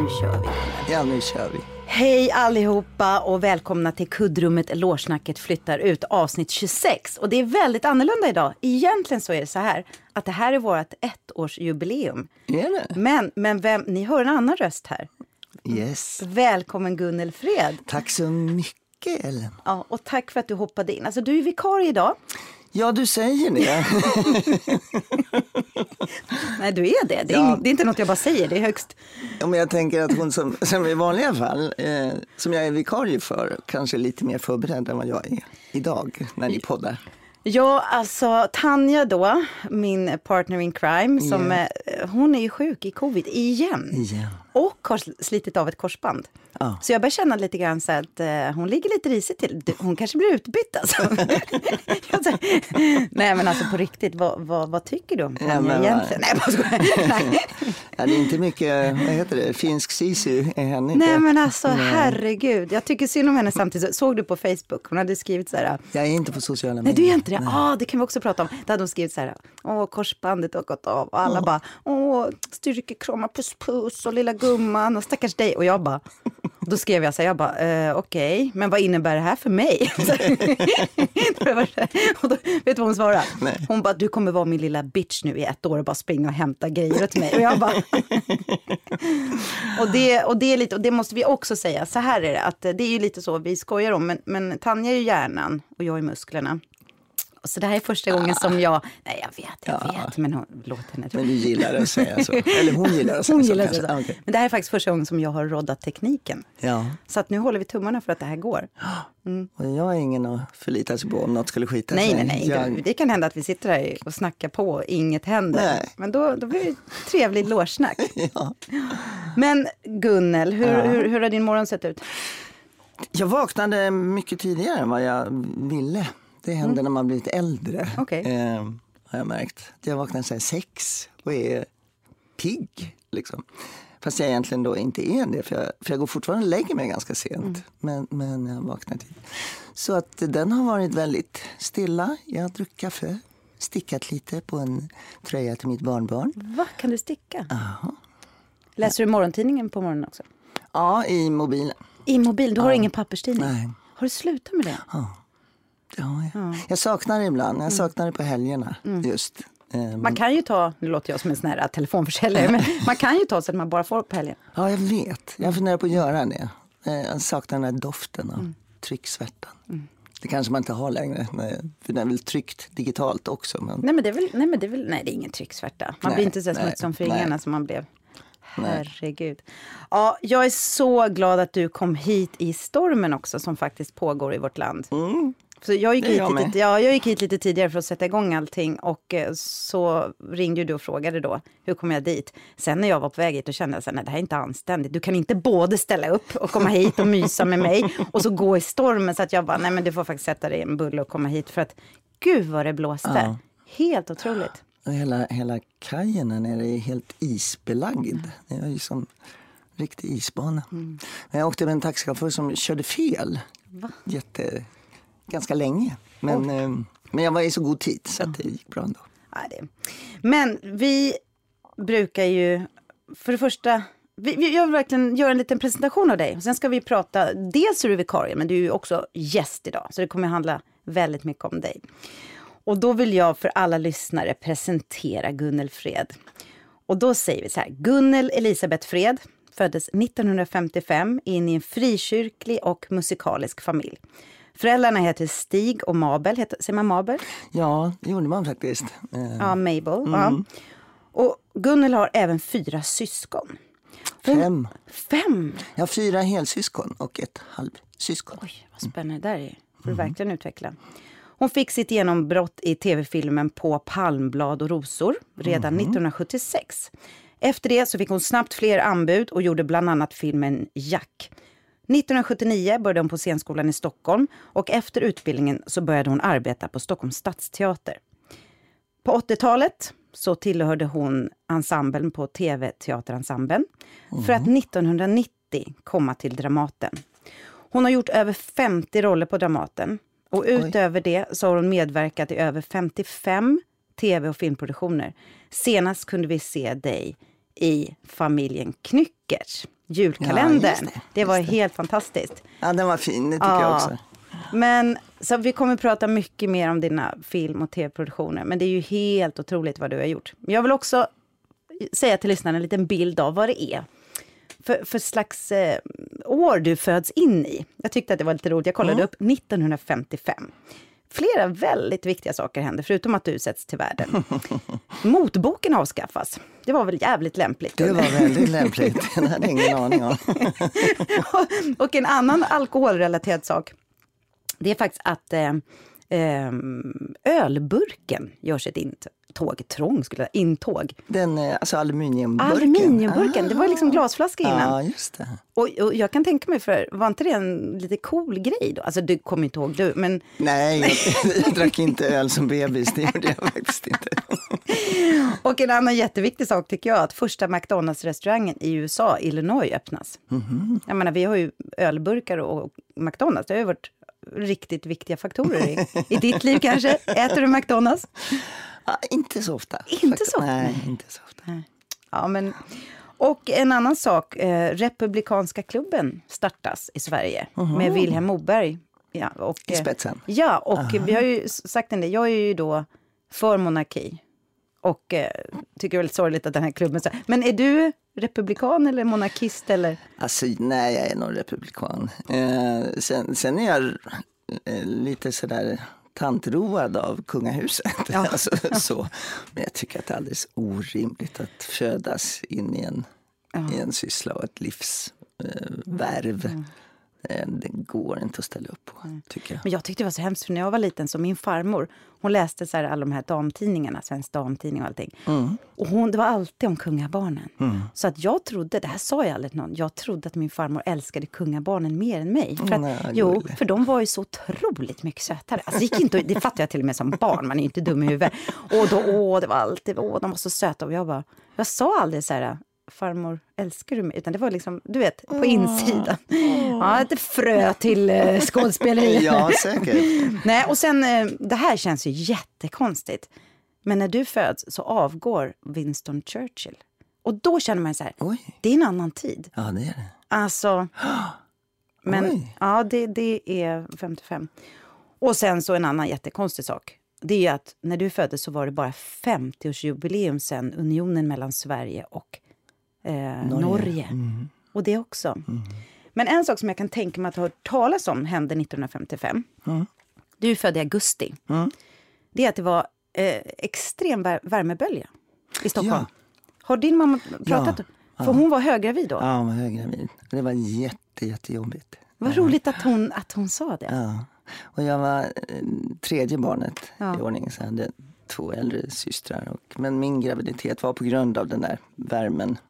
nu kör vi. Ja, nu kör vi. Hej allihopa och välkomna till kuddrummet Lårsnacket flyttar ut avsnitt 26. Och det är väldigt annorlunda idag. Egentligen så är det så här att det här är vårt 1-årsjubileum. Är det? Men ni hör en annan röst här. Yes. Välkommen Gunnel Fred. Tack så mycket, Ellen. Ja, och tack för att du hoppade in. Alltså du är vikarie idag. Ja, du säger det. Nej, du är det. Det är inte något jag bara säger, det är högst. Ja, men jag tänker att hon som i vanliga fall, som jag är vikarie för, kanske är lite mer förberedd än vad jag är idag när ni poddar. Ja, alltså Tanja då, min partner in crime, hon är ju sjuk i covid igen. Och har slitit av ett korsband. Ja. Så jag börjar känna lite grann så att hon ligger lite risigt till. Hon kanske blir utbytt alltså. Nej men alltså på riktigt, vad tycker du om Tanja egentligen? Nej, bara skojar. Ja, det är inte mycket, vad heter det, finsk sisu är henne inte. Nej men alltså herregud, jag tycker synd om henne samtidigt. Såg du på Facebook, hon hade skrivit så här. Jag är inte på sociala Nej medier. du är inte det, det kan vi också prata om. Där hade hon skrivit så här, korsbandet har gått av. Och alla bara, styrkekrama, puss och lilla gumman och stackars dig. Och jag bara, då skrev jag så här, okej, men vad innebär det här för mig? Och då, vet du vad hon svarade? Nej. Hon bara, du kommer vara min lilla bitch nu i 1 år och bara springa och hämta grejer åt mig. Och jag bara... och det är lite, och det måste vi också säga, så här är det, att det är ju lite så vi skojar om, men Tanja är ju hjärnan och jag är musklerna. Så det här är första gången som jag vet, men hon låter henne. Men du gillar att säga så. Eller hon gillar att säga så. Okay. Men det här är faktiskt första gången som jag har roddat tekniken. Ja. Så att nu håller vi tummarna för att det här går. Mm. Och jag är ingen att förlita sig på om något skulle skita sig. Nej. Det kan hända att vi sitter här och snackar på och inget händer. Nej. Men då blir det trevligt lårsnack. Ja. Men Gunnel, hur har din morgon sett ut? Jag vaknade mycket tidigare än vad jag ville. Det händer när man blir lite äldre. Okay. Har jag märkt. Jag vaknar så här 6 och är pigg. Liksom. Fast jag egentligen då inte är det. För jag går fortfarande och lägger mig ganska sent. Men jag vaknar tidigt. Så att den har varit väldigt stilla. Jag har druckit kaffe. Stickat lite på en tröja till mitt barnbarn. Va? Kan du sticka? Aha. Läser du morgontidningen på morgonen också? Ja, i mobilen. I mobil? Du har ingen papperstidning? Nej. Har du slutat med det? Ja. Jag saknar det ibland. Jag saknar det på helgerna just. Man kan ju ta, nu låter jag som en sån här telefonförsäljare, men man kan ju ta så att man bara får på helgen. Ja, jag vet. Jag funderar på att göra det. Jag saknar den här doften av trycksvärtan. Det kanske man inte har längre, för den är väl tryckt digitalt också. Men... Nej, det är ingen trycksvärta. Man blir inte så smutsig om fingrarna som man blev. Herregud. Ja, jag är så glad att du kom hit i stormen också som faktiskt pågår i vårt land. Så jag gick hit lite tidigare för att sätta igång allting och så ringde du och frågade då, hur kom jag dit? Sen när jag var på väg hit och kände jag att det här är inte anständigt. Du kan inte både ställa upp och komma hit och mysa med mig och så gå i stormen, så att jag bara, nej men du får faktiskt sätta dig i en bulle och komma hit, för att gud vad det blåste. Ja. Helt otroligt. Och hela kajen här nere är helt isbelagd. Det är ju som riktig isbana. Men jag åkte med en taxichaufför som körde fel. Va? Ganska länge. Men jag var i så god tid så att det gick bra ändå. Ja, men vi brukar ju, för det första, jag vill verkligen göra en liten presentation av dig. Och sen ska vi prata, dels är du vikarie, men du är ju också gäst idag. Så det kommer handla väldigt mycket om dig. Och då vill jag för alla lyssnare presentera Gunnel Fred. Och då säger vi så här, Gunnel Elisabeth Fred föddes 1955 in i en frikyrklig och musikalisk familj. Föräldrarna heter Stig och Mabel. Säger man Mabel? Ja, det gjorde man faktiskt. Ja, Mabel. Ja. Och Gunnel har även 4 syskon. 5. 5? Jag har 4 helsyskon och 1 halvsyskon. Oj, vad spännande det där är. Får du verkligen utveckla. Hon fick sitt genombrott i tv-filmen På palmblad och rosor redan 1976. Efter det så fick hon snabbt fler anbud och gjorde bland annat filmen Jack. 1979 började hon på scenskolan i Stockholm och efter utbildningen så började hon arbeta på Stockholms stadsteater. På 80-talet så tillhörde hon ensemblen på TV-teaterensemblen för att 1990 komma till Dramaten. Hon har gjort över 50 roller på Dramaten och utöver det så har hon medverkat i över 55 tv- och filmproduktioner. Senast kunde vi se dig i Familjen Knyckers. julkalendern. Det var helt fantastiskt. Ja, den var fin, det tycker jag också. Men så vi kommer prata mycket mer om dina film- och tv-produktioner. Men det är ju helt otroligt vad du har gjort. Jag vill också säga till lyssnarna en liten bild av vad det är. För slags år du föds in i. Jag tyckte att det var lite roligt. Jag kollade upp 1955. Flera väldigt viktiga saker hände, förutom att du sätts till världen. Motboken avskaffas. Det var väl jävligt lämpligt. Det var väldigt lämpligt. Jag hade ingen aning om. Och en annan alkoholrelaterad sak. Det är faktiskt att ölburken gör sitt intåg. Den, alltså aluminiumburken. Aluminiumburken, det var liksom glasflaska innan. Ja, just det. Och jag kan tänka mig, för var inte det en lite cool grej då? Alltså du kommer inte ihåg du, men... Nej, jag drack inte öl som bebis, det gjorde jag faktiskt inte. Och en annan jätteviktig sak tycker jag, att första McDonalds-restaurangen i USA, Illinois, öppnas. Mm-hmm. Jag menar, vi har ju ölburkar och McDonalds, det har ju varit riktigt viktiga faktorer i ditt liv kanske. Äter du McDonalds? Ja, inte så ofta. Inte så ofta? Nej, inte så ofta. Nej. Ja, men... Och en annan sak, Republikanska klubben startas i Sverige med Vilhelm Moberg. Ja, och, i spetsen. Ja, och vi har ju sagt det, jag är ju då för monarki. Och tycker det är väldigt sorgligt att den här klubben... Men är du republikan eller monarkist? Eller? Alltså, nej, jag är nog republikan. Sen är jag lite sådär tantroad av kungahuset. Ja. Alltså, så. Men jag tycker att det är alldeles orimligt att födas in i en syssla och ett livsvärv. Det går inte att ställa upp på, tycker jag. Men jag tyckte det var så hemskt, för när jag var liten, så min farmor, hon läste så här alla de här damtidningarna, Svensk damtidning och allting. Och det var alltid om kungabarnen. Så att jag trodde, det här sa jag aldrig till någon, jag trodde att min farmor älskade kungabarnen mer än mig. För att, för de var ju så otroligt mycket sötare. Alltså, det fattar jag till och med som barn, man är ju inte dum i huvudet. Och då, det var alltid, de var så söta. Och jag sa aldrig så här, farmor, älskar du mig? Utan det var liksom, du vet, på insidan. Ja, ett frö till skådespeleri. Ja, säkert. Nej, och sen, det här känns ju jättekonstigt. Men när du föds så avgår Winston Churchill. Och då känner man så här, det är en annan tid. Ja, det är det. Alltså, men ja, det är 55. Och sen så en annan jättekonstig sak. Det är ju att när du föddes så var det bara 50-årsjubileum sedan unionen mellan Sverige och Norge. Och det också. Men en sak som jag kan tänka mig att ha hört talas om hände 1955. Du är född i augusti. Det är att det var extrem värmebölja i Stockholm. Ja. Har din mamma pratat? Ja. För hon var höggravid då? Ja, hon var höggravid. Det var jättejobbigt. Vad roligt att hon sa det. Ja. Och jag var tredje barnet i ordning, så jag hade 2 äldre systrar. Men min graviditet var på grund av den där värmen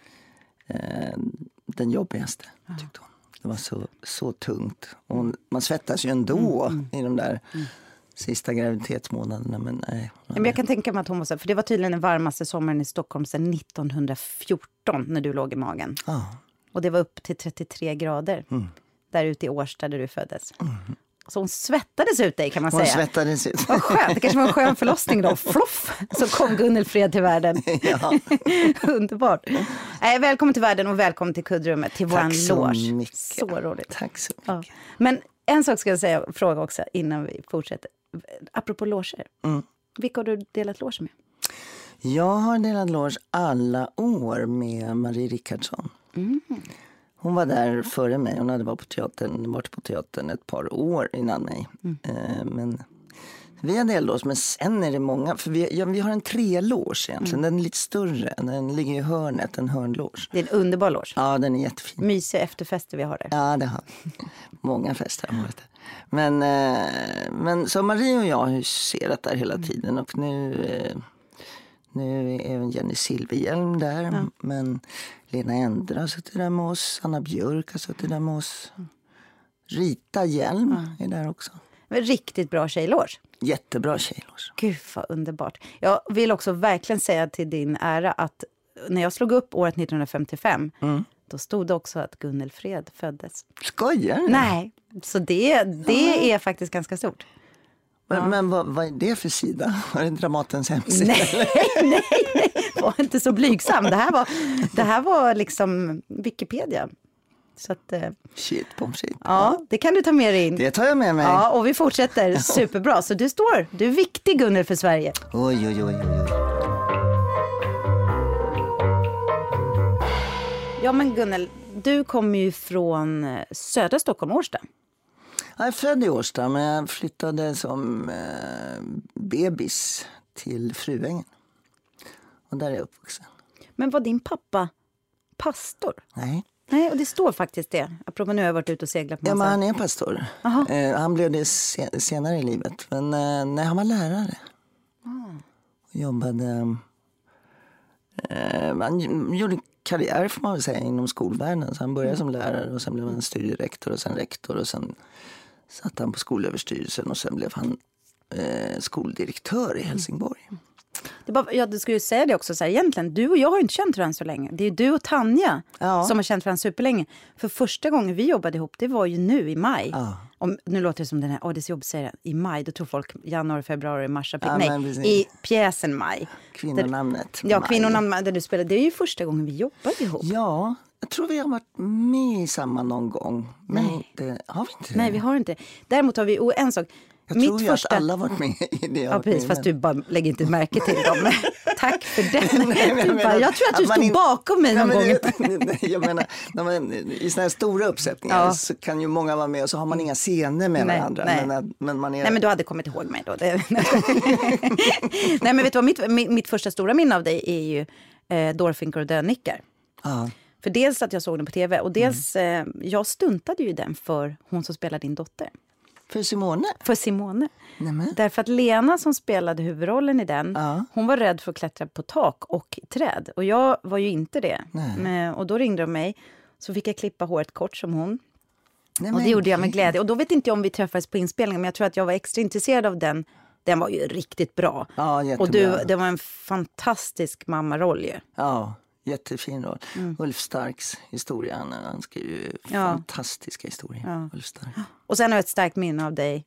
den jobbigaste, tyckte hon. Det var så tungt. Och man svettas ju ändå i de där sista graviditetsmånaderna. Men jag kan tänka mig att hon var så, för det var tydligen den varmaste sommaren i Stockholm sedan 1914 när du låg i magen. Och det var upp till 33 grader där ute i Årsta där du föddes. Så hon svettades ut dig, kan man säga. Hon svettades ut. Vad skönt, det kanske var en skön förlossning då. Floff, så kom Gunnel Fred till världen. Ja. Underbart. Välkommen till världen och välkommen till kuddrummet, till våran loge. Mycket. Så roligt. Tack så mycket. Ja. Men en sak ska jag fråga också innan vi fortsätter. Apropå loger. Vilka har du delat loge med? Jag har delat loge alla år med Marie Rickardsson. Hon var där före mig. Hon hade varit på teatern ett par år innan mig. Men vi har delat, men sen är det många. För vi har en 3-loge egentligen. Den är lite större. Den ligger i hörnet, en hörnloge. Det är en underbar loge. Ja, den är jättefin. Mysiga efterfester vi har där. Ja, det har många fester. Men så Marie och jag har huserat där hela tiden. Och nu är även Jenny Silverhjelm där. Men Lena Endre har suttit där med oss. Anna Björk har suttit där med oss. Rita Hjelm är där också. Riktigt bra tjejloge. Jättebra tjejloge. Gud vad underbart. Jag vill också verkligen säga till din ära att när jag slog upp året 1955 då stod det också att Gunnel Fred föddes. Skojar du? Nej, så det är faktiskt ganska stort. Men vad är det för sida? Var det Dramatens hemsida? Nej. Var inte så blygsam. Det här var liksom Wikipedia. Så att, shit. Ja, det kan du ta med dig in. Det tar jag med mig. Ja, och vi fortsätter. Superbra. Så du är viktig, Gunnel, för Sverige. Oj. Ja, men Gunnel, du kommer ju från södra Stockholm, Årsta. Jag är född i Årsta, men jag flyttade som bebis till Fruängen. Och där är jag uppvuxen. Men var din pappa pastor? Nej, och det står faktiskt det. Apropå nu har jag varit ute och seglat på ja, men han är pastor. Han blev det senare i livet. Men när han var lärare. Och jobbade... han gjorde karriär, får man väl säga, inom skolvärlden. Så han började som lärare och sen blev han studierektor och sen rektor. Och sen satt han på skolöverstyrelsen och sen blev han skoldirektör i Helsingborg. Du skulle ju säga det också så här, egentligen, du och jag har inte känt varandra så länge. Det är du och Tanja som har känt varandra superlänge. För första gången vi jobbade ihop, det var ju nu i maj. Nu låter det som den här, det är så jobbigt att säga det. I maj, då tror folk januari, februari, mars, april. Nej, i pjäsen maj. Kvinnonamnet. Kvinnonamnet där du spelade. Det är ju första gången vi jobbade ihop. Ja, jag tror vi har varit med i samma någon gång. Men har vi inte det? Nej, vi har inte. Däremot har vi, en sak. Jag tror ju att alla varit med i det. Ja, precis, fast du bara lägger inte märke till dem. Tack för det. Jag tror att du stod bakom mig någon gång. Jag menar, i såna här stora uppsättningar så kan ju många vara med och så har man inga scener med varandra. Men man är... Nej, men du hade kommit ihåg mig då. Nej, men vet du vad, mitt första stora minne av dig är ju Dårfinkar och dödnickar. För dels att jag såg den på tv och dels jag stuntade ju den för hon som spelar din dotter. För Simone? För Simone. Nämen. Därför att Lena som spelade huvudrollen i den, hon var rädd för att klättra på tak och träd. Och jag var ju inte det. Och då ringde de mig, så fick jag klippa håret kort som hon. Och det gjorde jag med glädje. Och då vet inte jag om vi träffades på inspelningen, men jag tror att jag var extra intresserad av den. Den var ju riktigt bra. Ja, jättebra. Och det var en fantastisk mammaroll ju. Ja, jättefin roll. Ulf Starks historia, han skriver ju fantastiska historier. Ulf Stark. Och sen har jag ett starkt minne av dig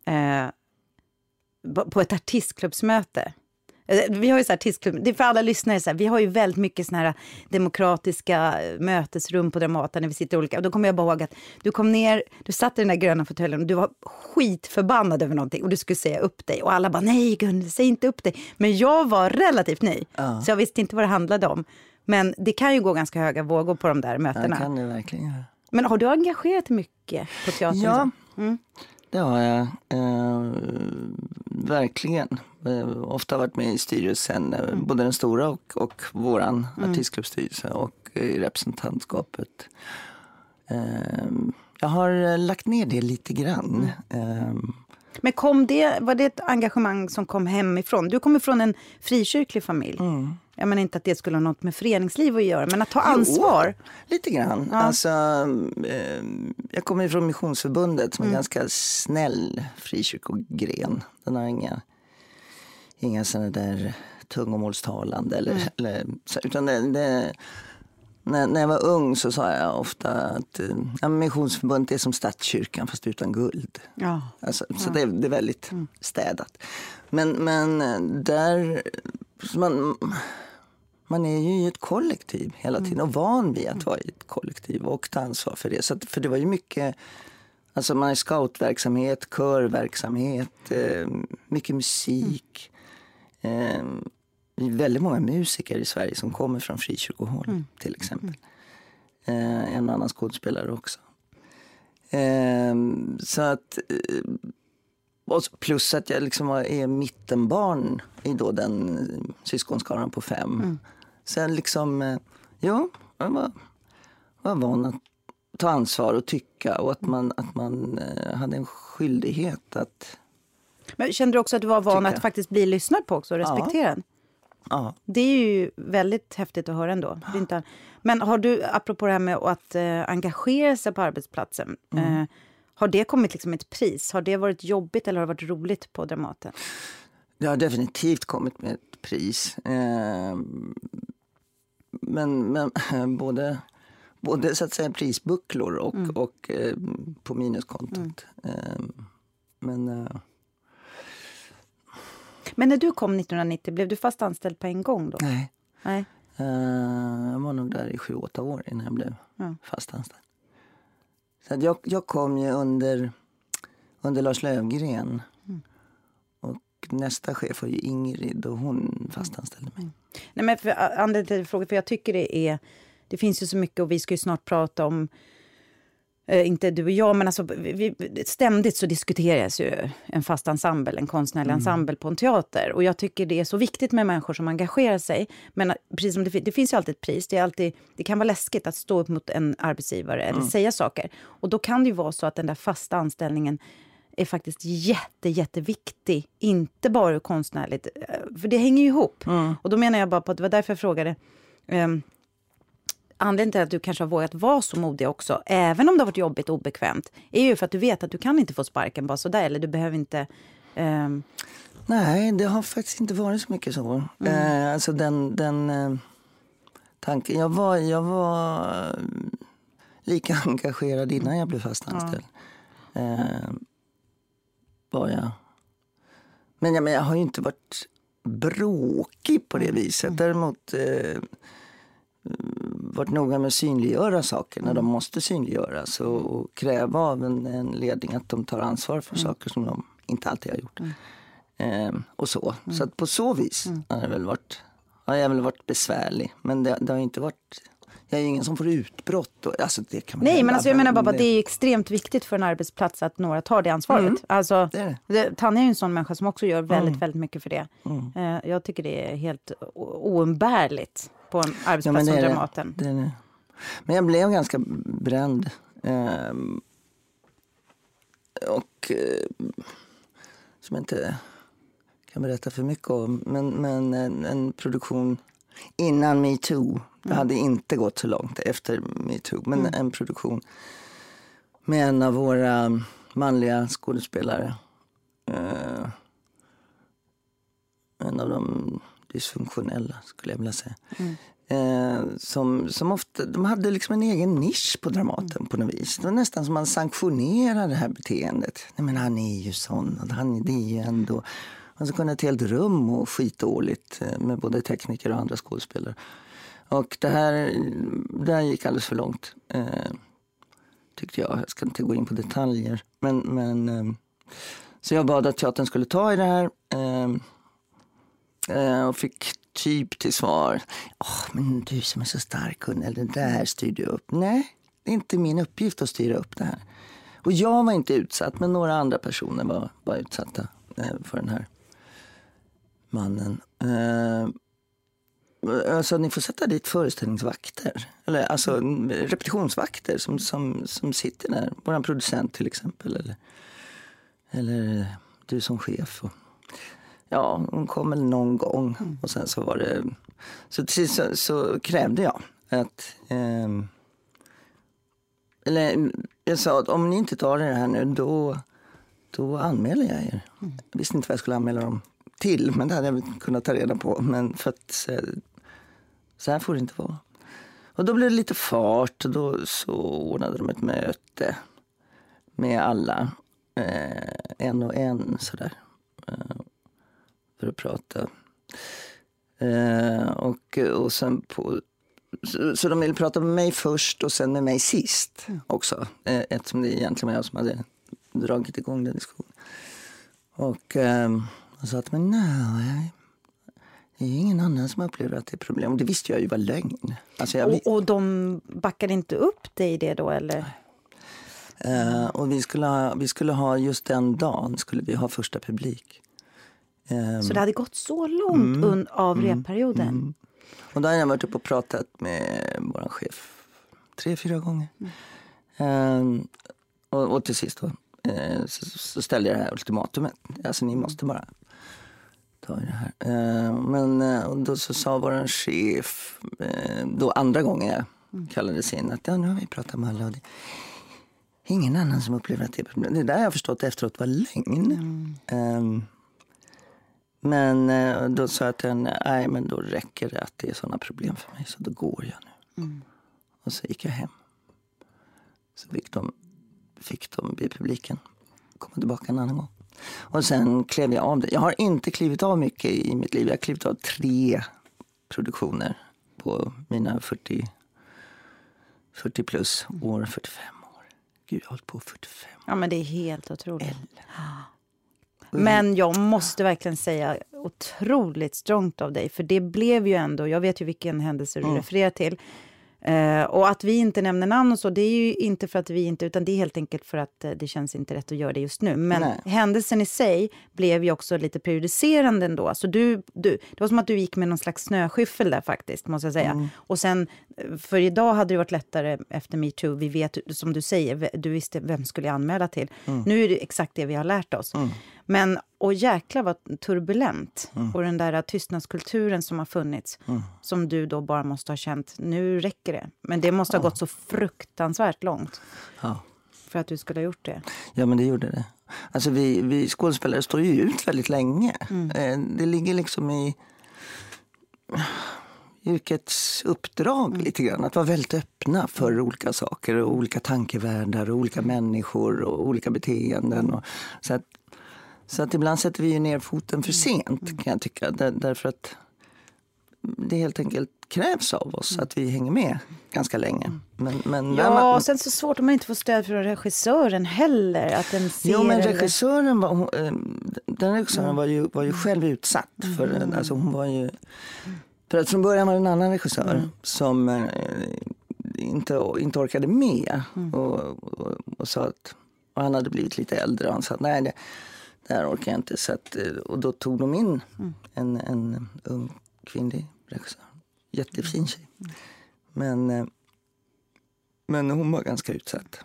på ett artistklubbsmöte. Vi har ju så här artistklubb, det är för alla lyssnare så här, vi har ju väldigt mycket såna här demokratiska mötesrum på Dramaten när vi sitter olika. Och då kommer jag bara ihåg att du kom ner, du satt i den där gröna fåtöljen och du var skitförbannad över någonting och du skulle säga upp dig. Och alla bara, nej Gun, säg inte upp dig. Men jag var relativt ny, så jag visste inte vad det handlade om. Men det kan ju gå ganska höga vågor på de där mötena. Det kan det verkligen göra. Men har du engagerat dig mycket på teatern? Ja, det har jag. Verkligen. Ofta varit med i styrelsen, både den stora och våran artistklubbstyrelse och i representantskapet. Jag har lagt ner det lite grann. Men var det ett engagemang som kom hemifrån? Du kommer från en frikyrklig familj. Jag menar inte att det skulle ha något med föreningsliv att göra, men att ta ansvar. Jo, lite grann. Alltså, jag kommer från Missionsförbundet som är ganska snäll frikyrkogren. Den har inga sådana där tungomålstalande. Utan när jag var ung så sa jag ofta att Missionsförbundet är som statskyrkan fast utan guld. Alltså, så det är väldigt städat. Men där... Man är ju i ett kollektiv hela tiden och van vid att vara i ett kollektiv och ta ansvar för det. Så för det var ju mycket, alltså man är scoutverksamhet, körverksamhet, mycket musik. Väldigt många musiker i Sverige som kommer från frikyrkohåll till exempel. En annan skådespelare också. Så att... Plus att jag liksom är mittenbarn i då den syskonskaran på 5. Sen liksom, jag var van att ta ansvar och tycka och att man hade en skyldighet att... Men kände du också att du var van att faktiskt bli lyssnad på också och respekterad? Ja. Det är ju väldigt häftigt att höra ändå. Det är inte... Men har du, apropå det här med att engagera sig på arbetsplatsen... Har det kommit liksom ett pris? Har det varit jobbigt eller har det varit roligt på Dramaten? Det har definitivt kommit med ett pris. Men både så att säga prisbucklor och på minuskontot. Men när du kom 1990, blev du fast anställd på en gång då? Nej. Nej. Jag var nog där i 7-8 år innan jag blev fast anställd. Så att jag kom ju under Lars Löfgren. Och nästa chef var ju Ingrid och hon fastanställde mig. Nej, men anledningen till frågan, för jag tycker det finns ju så mycket, och vi ska ju snart prata om inte du och jag, men alltså ständigt så diskuteras ju en fast ensemble, en konstnärlig ensemble på en teater. Och jag tycker det är så viktigt med människor som engagerar sig. Men precis som det finns ju alltid ett pris. Det kan vara läskigt att stå upp mot en arbetsgivare eller säga saker. Och då kan det ju vara så att den där fasta anställningen är faktiskt jätteviktig. Inte bara konstnärligt. För det hänger ju ihop. Och då menar jag bara på att det var därför jag frågade... Anledningen till att du kanske har vågat vara så modig också, även om det har varit jobbigt och obekvämt, är ju för att du vet att du kan inte få sparken bara sådär, eller du behöver inte... Nej, det har faktiskt inte varit så mycket så. Alltså den tanken, jag var lika engagerad innan jag blev fast anställd. Var jag. Men jag har ju inte varit bråkig på det viset. Däremot varit noga med att synliggöra saker när de måste synliggöras och kräva av en ledning att de tar ansvar för saker som de inte alltid har gjort. Och så. Så att på så vis har jag väl varit besvärlig. Men det har inte varit... Jag är ju ingen som får utbrott. Alltså det kan man. Nej, men alltså jag menar bara att det är extremt viktigt för en arbetsplats att några tar det ansvaret. Alltså, Tanja är ju en sån människa som också gör väldigt mycket för det. Jag tycker det är helt oumbärligt på en arbetsplats som Dramaten. Men jag blev ganska bränd. Och som jag inte kan berätta för mycket om. Men en produktion innan MeToo. Det hade inte gått så långt efter MeToo. Men en produktion med en av våra manliga skådespelare. En av de dysfunktionella, skulle jag vilja säga. Som ofta, de hade liksom en egen nisch på Dramaten på något vis. Det var nästan som man sanktionerade det här beteendet. Nej, men han är ju sån, och det är ju ändå... Man så kunde ett helt rum och skitdåligt med både tekniker och andra skådespelare. Och det här gick alldeles för långt, tyckte jag. Jag ska inte gå in på detaljer. Men så jag bad att teatern skulle ta i det här. Och fick typ till svar. Men du som är så stark, eller det där styr du upp. Nej, det är inte min uppgift att styra upp det här. Och jag var inte utsatt, men några andra personer var utsatta för den här mannen. Alltså ni får sätta dit föreställningsvakter. Eller alltså repetitionsvakter som sitter där. Våran producent till exempel. Eller du som chef. Ja, hon kom väl någon gång. Och sen så var det... Så till sist så krävde jag att... eller jag sa att om ni inte tar det här nu, då anmäler jag er. Jag visste inte vad jag skulle anmäla dem till, men det hade jag väl kunnat ta reda på. Men för att så här får det inte vara. Och då blev det lite fart, och då så ordnade de ett möte med alla, en och en sådär, för att prata. Och sen så de ville prata med mig först och sen med mig sist också. Eftersom det egentligen var jag som hade dragit igång den diskussionen. Och sa att men nej, det är ingen annan som upplever att det är problem. Och det visste jag ju var lögn. Alltså och de backade inte upp dig i det då, eller? Och vi skulle ha just den dagen skulle vi ha första publik. Så det hade gått så långt av repperioden? Och där har jag varit uppe och pratat med vår chef 3-4 gånger. Och till sist då, så ställde jag det här ultimatumet. Alltså ni måste bara ta det här. Och då så sa vår chef, då andra gången jag kallades in, att nu har vi pratat med alla. Och det är ingen annan som upplever att det är problem. Det där jag har förstått efteråt var lögn. Men då sa jag till henne, nej men då räcker det att det är sådana problem för mig, så då går jag nu. Och så gick jag hem. Så fick de vid publiken komma tillbaka en annan gång. Och sen klev jag av det. Jag har inte klivit av mycket i mitt liv. Jag har klivit av 3 produktioner på mina 40 plus år, 45 år. Gud, jag har hållit på 45 år. Ja, men det är helt otroligt. Men jag måste verkligen säga otroligt strongt av dig. För det blev ju ändå, jag vet ju vilken händelse du refererar till. Och att vi inte nämner namn och så, det är ju inte för att vi inte, utan det är helt enkelt för att det känns inte rätt att göra det just nu. Men händelsen i sig blev ju också lite prejudicerande ändå. Så det var som att du gick med någon slags snöskyffel där faktiskt, måste jag säga. Och sen, för idag hade det varit lättare efter MeToo. Vi vet, som du säger, du visste vem skulle jag anmäla till. Nu är det exakt det vi har lärt oss. Men, och jäklar vad turbulent. Och den där tystnadskulturen som har funnits. Som du då bara måste ha känt, nu räcker det. Men det måste ha gått så fruktansvärt långt. För att du skulle ha gjort det. Ja, men det gjorde det. Alltså vi skådespelare står ju ut väldigt länge. Det ligger liksom i yrkets uppdrag lite grann. Att vara väldigt öppna för olika saker och olika tankevärldar och olika människor och olika beteenden. Och, så att ibland sätter vi ju ner foten för sent, kan jag tycka. Därför att det helt enkelt krävs av oss att vi hänger med ganska länge. Och sen så svårt om man inte får stöd från regissören heller. Att den ser. Jo, men regissören var ju själv utsatt. För, alltså hon var ju... För att från början var det en annan regissör som inte orkade med. Och sa att... Och han hade blivit lite äldre och han sa att nej, det här orkar jag inte. Så att, och då tog de in en ung kvinnlig regissör. Jättefin tjej. Men hon var ganska utsatt.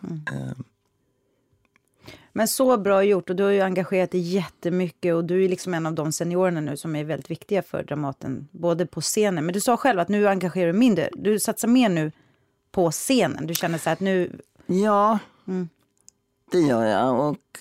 Men så bra gjort, och du har ju engagerat dig jättemycket och du är liksom en av de seniorerna nu som är väldigt viktiga för Dramaten, både på scenen. Men du sa själv att nu engagerar du mindre. Du satsar mer nu på scenen. Du känner så här att nu... Ja, det gör jag. Och...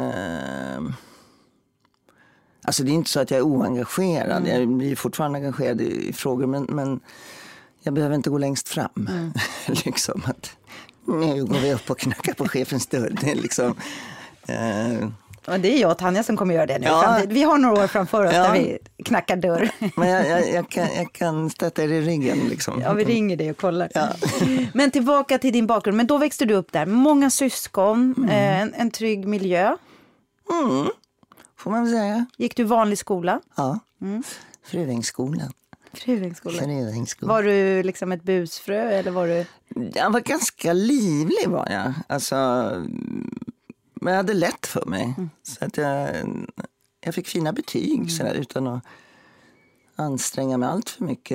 Alltså det är inte så att jag är oengagerad. Jag blir fortfarande engagerad i frågor, men jag behöver inte gå längst fram. Liksom att nu går vi upp och knackar på chefens dörr. Det är liksom... Och det är jag och Tanja som kommer göra det nu. Ja. Vi har några år framför oss där vi knackar dörr. Men jag kan stötta er i ryggen. Liksom. Ja, vi ringer dig och kollar. Ja. Men tillbaka till din bakgrund. Men då växte du upp där. Många syskon, en trygg miljö. Får man säga. Gick du vanlig skola? Ja, Fruängsskolan. Var du liksom ett busfrö eller var du... Jag var ganska livlig var jag. Alltså, men jag hade lätt för mig. Så att jag fick fina betyg sådär, utan att anstränga mig allt för mycket.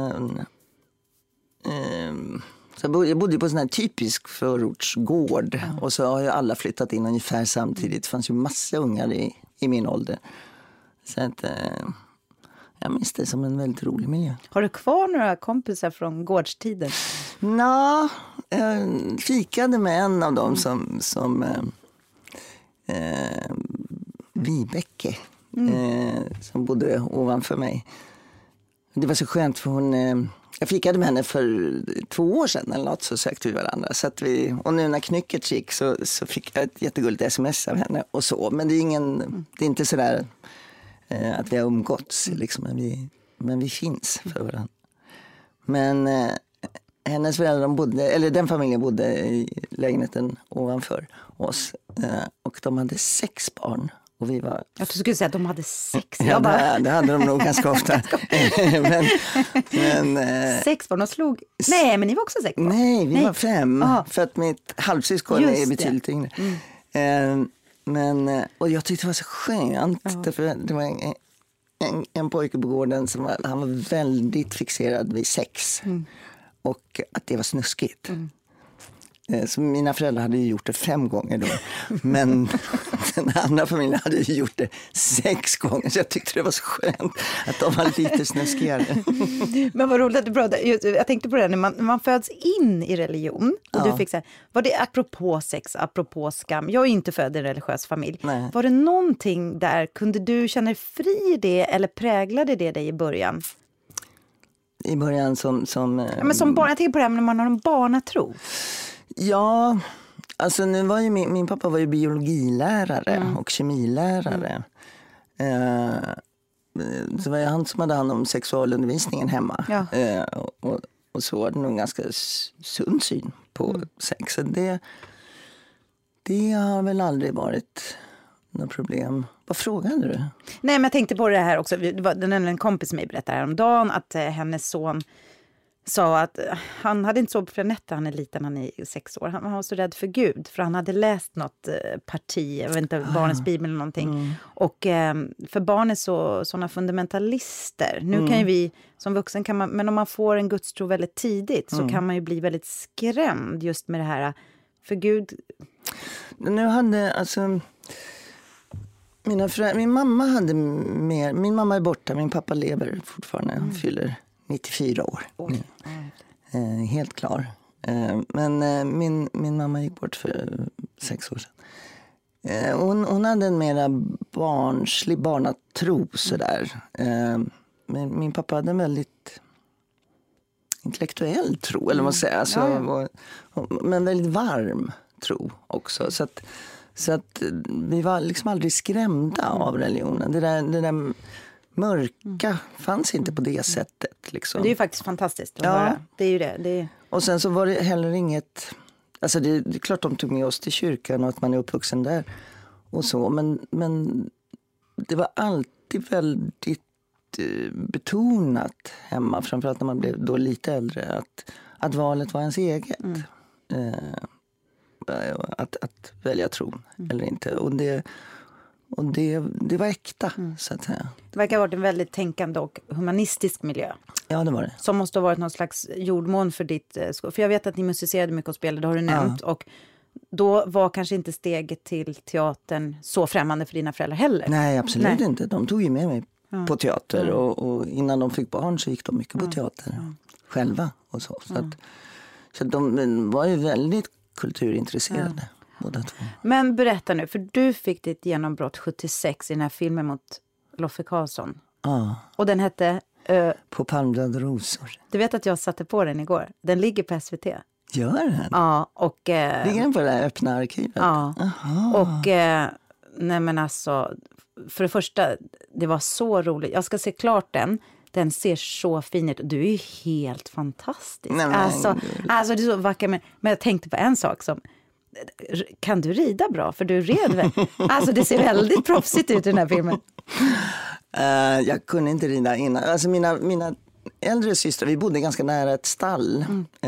Så jag bodde på en sån här typisk förortsgård. Och så har ju alla flyttat in ungefär samtidigt. Det fanns ju massa ungar i min ålder. Så att... Jag minns det som en väldigt rolig miljö. Har du kvar några kompisar från gårdstiden? Jag fikade med en av dem som Vibeke, som bodde ovanför mig. Det var så skönt för hon... Jag fikade med henne för 2 år sedan eller något, så sökte vi varandra. Så att och nu när knycket gick så fick jag ett jättegulligt sms av henne och så. Men det är inte sådär... att vi har umgåtts liksom, men vi finns för varandra. Men hennes föräldrar den familjen bodde i lägenheten ovanför oss, och de hade 6 barn och vi var... Jag skulle säga att de hade 6. Ja, det hade de nog ganska ofta. men 6 barn, de slog... Nej, men ni var också 6 barn. Nej, vi var 5. För att mitt halvsyskon är betydligt yngre. Och jag tyckte det var så skönt. Därför det var en pojke på gården han var väldigt fixerad vid sex. Och att det var snuskigt. Så mina föräldrar hade ju gjort det 5 gånger då. Men den andra familjen hade ju gjort det 6 gånger. Så jag tyckte det var så skönt att de var lite snuskigare. Men vad roligt att du pratade. Jag tänkte på det när man föds in i religion. Och du fick så här, var det apropå sex, apropå skam? Jag är inte född i en religiös familj. Nej. Var det någonting där? Kunde du känna dig fri i det? Eller präglade det dig i början? I början som ja, men som barn, jag tänker på det här när man har en barnatro. Ja, alltså nu var ju min pappa var ju biologilärare och kemilärare. Så var det han som hade hand om sexualundervisningen hemma. Ja. Och så var det nog en ganska sund syn på sex. Så det har väl aldrig varit något problem. Vad frågade du? Nej, men jag tänkte på det här också. Det var en kompis som berättade häromdagen att hennes son sa att han hade inte sovit på flera nätter. Han är liten, han är 6 år. Han var så rädd för Gud. För han hade läst något parti, jag vet inte, barnens bibel eller någonting. Och för barn är sådana fundamentalister. Nu kan ju vi som vuxen, men om man får en gudstro väldigt tidigt så kan man ju bli väldigt skrämd just med det här. För Gud... Nu hade alltså... Min mamma hade mer... Min mamma är borta, min pappa lever fortfarande. Han fyller 94 år. Helt klar. Men min mamma gick bort för 6 år sedan. Hon hade en mera barnslig barnatro sådär. Men min pappa hade en väldigt intellektuell tro, eller vad man säger. Alltså, men väldigt varm tro också. Så att vi var liksom aldrig skrämda av religionen. Det där mörka fanns inte på det sättet. Liksom. Det är ju faktiskt fantastiskt att höra. Det är ju det. Och sen så var det heller inget... Alltså det är klart de tog med oss till kyrkan och att man är uppvuxen där. Och så, men det var alltid väldigt betonat hemma. Framförallt när man blev då lite äldre. Att valet var ens eget. Att välja tron eller inte. Och det var äkta, så att säga. Det verkar ha varit en väldigt tänkande och humanistisk miljö. Ja, det var det. Som måste ha varit någon slags jordmån för ditt... För jag vet att ni musicerade mycket och spelade, det har du nämnt. Och då var kanske inte steget till teatern så främmande för dina föräldrar heller. Nej, absolut inte. De tog ju med mig på teater. Och innan de fick barn så gick de mycket på teater. Själva och så. Så de var ju väldigt kulturintresserade. Båda två. Men berätta nu, för du fick ditt genombrott 76 i den här filmen mot Loffe Karlsson. Ja. Och den hette... På Palmblad och rosor. Du vet att jag satte på den igår. Den ligger på SVT. Gör den? Ja, och... Ligger den på det här öppna arkivet? Ja. Aha. Och nej men alltså, för det första, det var så roligt. Jag ska se klart den. Den ser så fin ut. Du är ju helt fantastisk. Nej, alltså det är så vacker. Men jag tänkte på en sak som... Kan du rida bra? För du red väl? Alltså det ser väldigt proffsigt ut i den här filmen. Jag kunde inte rida innan. Alltså mina äldre systrar, vi bodde ganska nära ett stall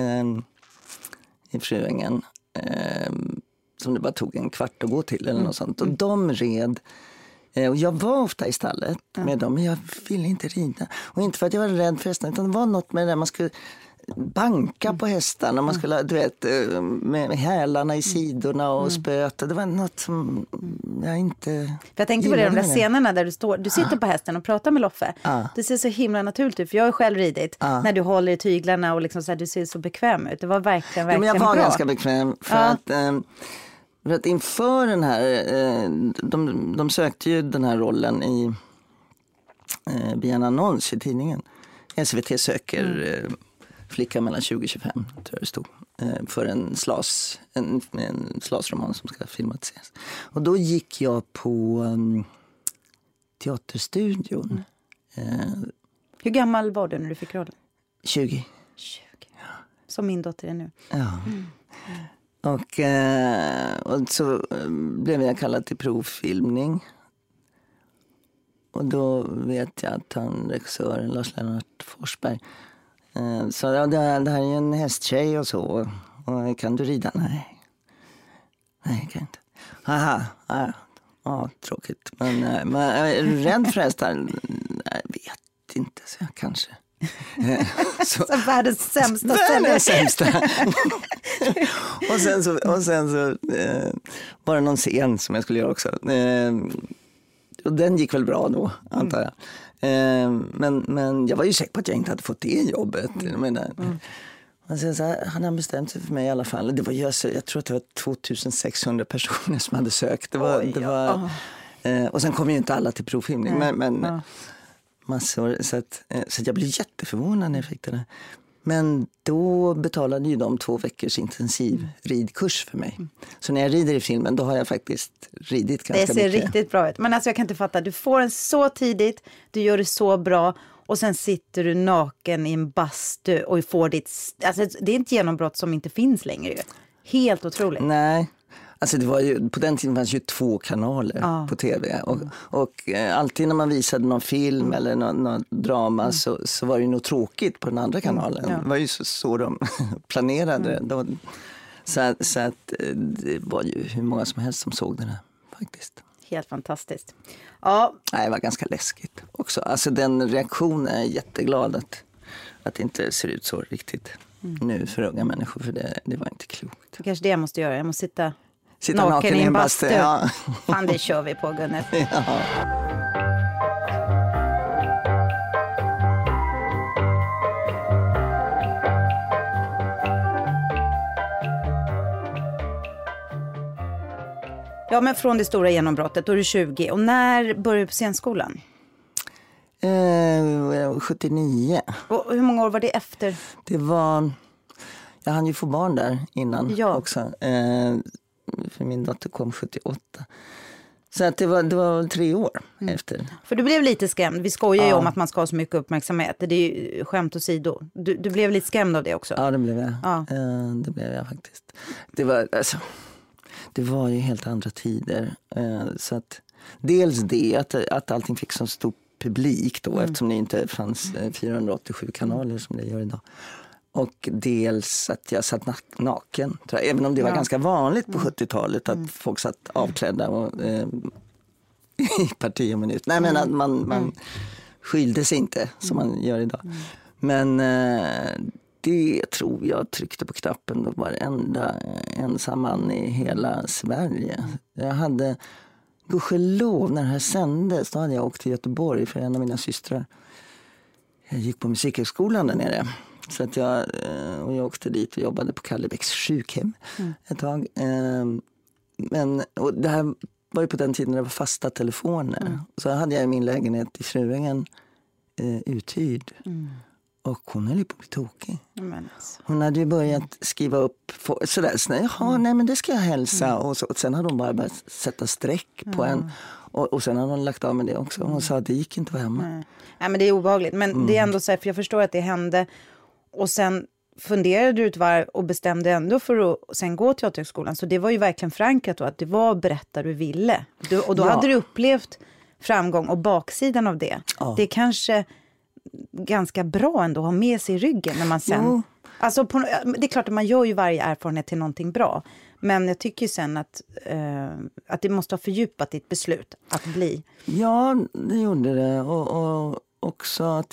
i Fröängen. Som det bara tog en kvart att gå till eller något sånt. Och de red. Och jag var ofta i stallet med dem, men jag ville inte rida. Och inte för att jag var rädd för hästarna, utan det var något med det där man skulle banka på hästarna. Man skulle, du vet, med hälarna i sidorna och spöta. Det var något som jag inte... För jag tänkte på det, de där scenerna där du sitter på hästen och pratar med Loffe. Det ser så himla naturligt ut, för jag har själv ridit. När du håller i tyglarna och liksom så här, du ser så bekväm ut. Det var verkligen men jag var bra. Ganska bekväm för att inför den här, de sökte ju den här rollen via en annons i tidningen. SVT söker flicka mellan 20 och 25, tror jag det stod, för en slasroman som ska filmatiseras. Och då gick jag på Teaterstudion. Hur gammal var du när du fick rollen? 20. Som min dotter är nu. Ja. Och så blev jag kallad till provfilmning. Och då vet jag att regissören Lars-Lennart Forsberg så det här är ju en hästtjej och så. Och kan du rida? Nej, jag kan inte. Tråkigt. Men jag är rädd för hästar. Jag vet inte, så jag kanske... så världens sämsta. och sen så var det någon scen som jag skulle göra också. Och den gick väl bra då, antar jag. Men jag var ju säker på att jag inte hade fått det jobbet. Och sen så han har bestämt sig för mig i alla fall. Det var jag tror att det var 2600 personer som hade sökt. Och sen kom ju inte alla till provfilmning. Men massor. Så att jag blev jätteförvånad när jag fick det där. Men då betalade ju de 2 veckors intensiv ridkurs för mig. Så när jag rider i filmen, då har jag faktiskt ridit ganska mycket. Det ser riktigt bra ut. Men alltså jag kan inte fatta, du får den så tidigt, du gör det så bra och sen sitter du naken i en bastu och får ditt... Alltså det är ett genombrott som inte finns längre. Helt otroligt. Nej. Alltså det var ju, på den tiden fanns ju 2 kanaler på tv och alltid när man visade någon film eller någon drama så var det ju nog tråkigt på den andra kanalen. Det var ju så de planerade. Så att det var ju hur många som helst som såg den här faktiskt. Helt fantastiskt. Ja. Nej, det var ganska läskigt också. Alltså den reaktionen är jag jätteglad att det inte ser ut så riktigt nu för unga människor, för det var inte klokt. Det kanske det jag måste göra. Jag måste sitta naken i en bastu. Ja. Fan, det kör vi på, Gunnel. Ja. Ja, men från det stora genombrottet, då är du 20. Och när började du på scenskolan? 79. Och hur många år var det efter? Det var... Jag hann ju få barn där innan också. För min dotter kom 78. Så att det var 3 år efter. För du blev lite skrämd. Vi skojar ju om att man ska ha så mycket uppmärksamhet. Det är ju skämt åsido. Du blev lite skrämd av det också. Ja, det blev jag. Ja. Det blev jag faktiskt. Det var ju helt andra tider. Så att dels det att allting fick så stor publik då, eftersom det inte fanns 487 kanaler som det gör idag. Och dels att jag satt naken. Även om det var ganska vanligt på 70-talet att folk satt avklädda och, i parti och minut. Nej, men att man skylde sig inte som man gör idag. Men det tror jag tryckte på knappen då varenda ensam man i hela Sverige. Jag hade gudskelov när det här sändes, då hade jag åkt till Göteborg för en av mina systrar. Jag gick på musikhögskolan där nere. Så att jag åkte dit och jobbade på Kallebäcks sjukhem ett tag. Och det här var ju på den tiden när det var fasta telefoner. Så hade jag i min lägenhet i Fruängen uthyrd. Och hon höll ju på att bli tokig. Hon hade ju börjat skriva upp sådär, nej men det ska jag hälsa. Och sen hade hon bara börjat sätta streck på en. Och sen hade hon lagt av med det också. Hon sa att det gick inte att vara hemma. Nej, men det är obehagligt. Men det är ändå så här, för jag förstår att det hände. Och sen funderade du ett varv och bestämde ändå för att sen gå till teaterhögskolan. Så det var ju verkligen förankrat då, att det var berätta du ville. Och då hade du upplevt framgång och baksidan av det. Ja. Det är kanske ganska bra ändå att ha med sig i ryggen när man sen... Alltså det är klart att man gör ju varje erfarenhet till någonting bra. Men jag tycker ju sen att det måste ha fördjupat ditt beslut att bli. Ja, det gjorde det. Och också att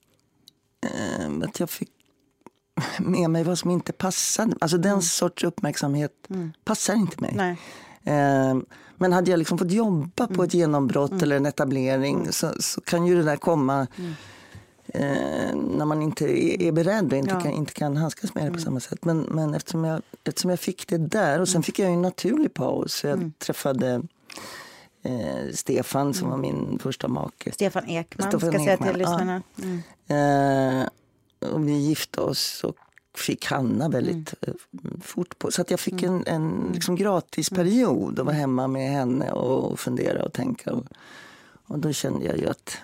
jag fick med mig vad som inte passade. Alltså den sorts uppmärksamhet passar inte mig. Nej. Men hade jag liksom fått jobba på ett genombrott eller en etablering så kan ju det där komma när man inte är beredd och inte kan handskas med det på samma sätt. Men eftersom jag fick det där och sen fick jag en naturlig paus. Jag träffade Stefan som var min första make. Stefan Ekman ska säga till lyssnarna. Och vi gifte oss och fick Hanna väldigt fort på. Så att jag fick en liksom gratis period och var hemma med henne och fundera och tänka. Och då kände jag ju att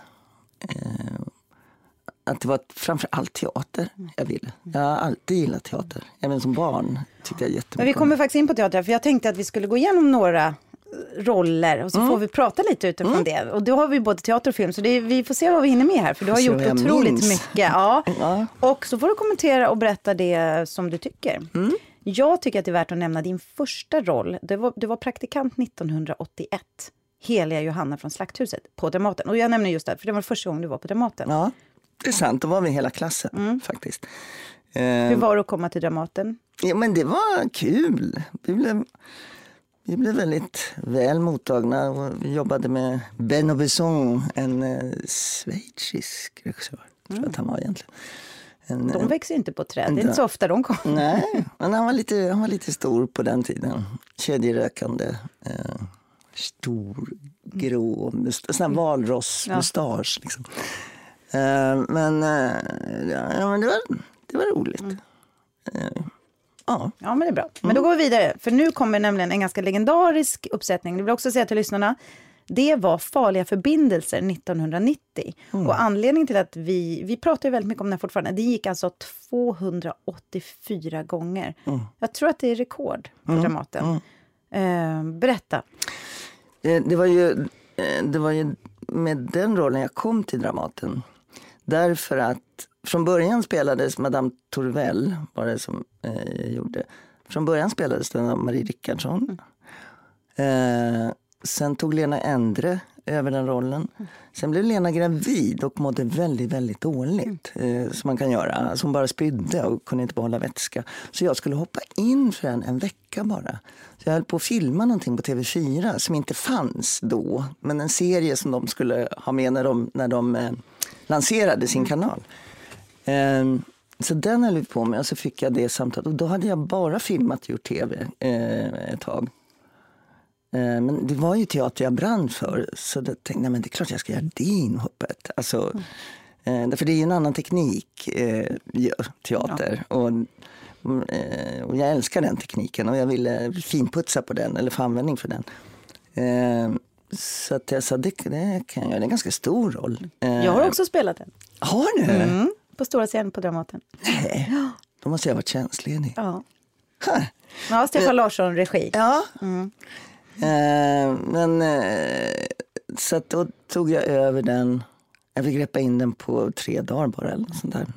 det var framför allt teater jag ville. Jag har alltid gillat teater. Även som barn tyckte jag jättemycket. Men vi kommer faktiskt in på teater, för jag tänkte att vi skulle gå igenom några roller och så får vi prata lite utifrån det. Och då har vi både teater och film, så vi får se vad vi hinner med här, för du har gjort otroligt mycket. Ja. Och så får du kommentera och berätta det som du tycker. Jag tycker att det är värt att nämna din första roll. Du var praktikant 1981. Heliga Johanna från Slakthuset på Dramaten. Och jag nämner just det, för det var första gången du var på Dramaten. Ja, det är sant. Då var vi hela klassen faktiskt. Hur var det att komma till Dramaten? Ja, men det var kul. Vi blev väldigt väl mottagna och vi jobbade med Ben Besson, en schweizisk regissör, tror jag att han var egentligen. De växer inte på träd, det är inte så ofta de kommer. Nej, men han var lite stor på den tiden. Kedjerökande, stor, grå, sån här valrossmustasch liksom. Men det var roligt. Ja. Ja, men det är bra. Men då går vi vidare. För nu kommer nämligen en ganska legendarisk uppsättning. Det vill också säga till lyssnarna. Det var Farliga förbindelser 1990. Och anledningen till att vi pratar ju väldigt mycket om den här fortfarande. Det gick alltså 284 gånger. Jag tror att det är rekord på Dramaten. Berätta. Det var ju med den rollen jag kom till Dramaten. Därför att från början spelades Madame Tourvel, var det som gjorde. Från början spelades den av Marie Rickardsson. Sen tog Lena Endre över den rollen. Sen blev Lena gravid och mådde väldigt, väldigt dåligt. Som man kan göra. Alltså hon bara spydde och kunde inte behålla vätska. Så jag skulle hoppa in för en vecka bara. Så jag höll på att filma någonting på TV4 som inte fanns då. Men en serie som de skulle ha med när de lanserade sin kanal. Så den höll vi på med och så fick jag det samtalet. Och då hade jag bara filmat och gjort TV ett tag. Men det var ju teater jag brann för. Så då tänkte jag, men det är klart jag ska göra det inhoppet. Alltså, därför det är ju en annan teknik, teater. Ja. Och jag älskar den tekniken och jag ville finputsa på den eller få användning för den. Så att jag sa, det kan jag göra. Det är en ganska stor roll. Jag har också spelat den. Har du? På stora scen på Dramaten. Nej, då måste jag ha varit tjänstledig. Ja. Ja, Stefan Larsson regi. Ja. Men så att då tog jag över den. Jag fick greppa in den på 3 dagar bara eller sånt där.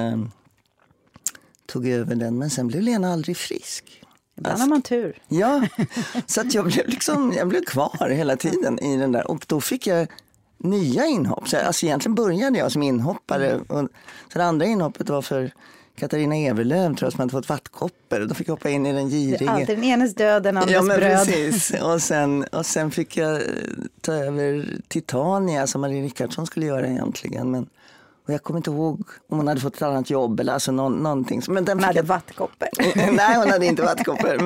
Tog över den, men sen blev Lena aldrig frisk. Ibland har man tur. Ja, så att jag blev kvar hela tiden i den där. Och då fick jag nya inhopp. Så alltså egentligen började jag som inhoppare. Och så det andra inhoppet var för Katarina Ewerlöf, tror jag, som hade fått vattkoppor. Och då fick jag hoppa in i den girige. Alltid den enes död, den andres bröd. Precis. Och sen fick jag ta över Titania som Marie Rickardsson skulle göra egentligen. Och jag kommer inte ihåg om hon hade fått ett annat jobb eller alltså någonting. Men den hon hade vattkoppor. Nej, hon hade inte vattkoppor.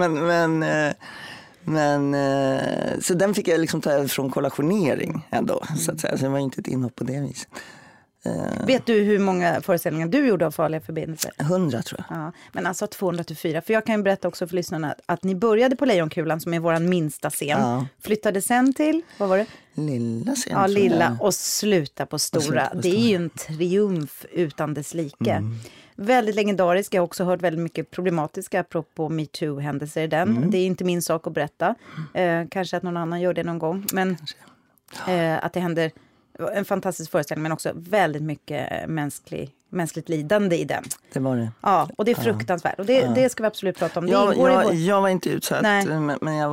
Men så den fick jag liksom ta över från kollationering ändå. Så att säga. Så det var inte ett inhopp på det viset. Vet du hur många föreställningar du gjorde av Farliga förbindelser? 100 tror jag. Ja, men alltså 284. För jag kan ju berätta också för lyssnarna att ni började på Lejonkulan som är våran minsta scen. Ja. Flyttade sen till, vad var det? Lilla scen. Ja, lilla och sluta på stora. Det är ju en triumf utan dess like. Väldigt legendarisk. Jag har också hört väldigt mycket problematiska apropå MeToo-händelser i den. Det är inte min sak att berätta. Kanske att någon annan gör det någon gång. Men att det händer... En fantastisk föreställning, men också väldigt mycket mänskligt lidande i den. Det var det. Ja, och det är fruktansvärt. Och det ska vi absolut prata om. Jag var inte utsatt, men jag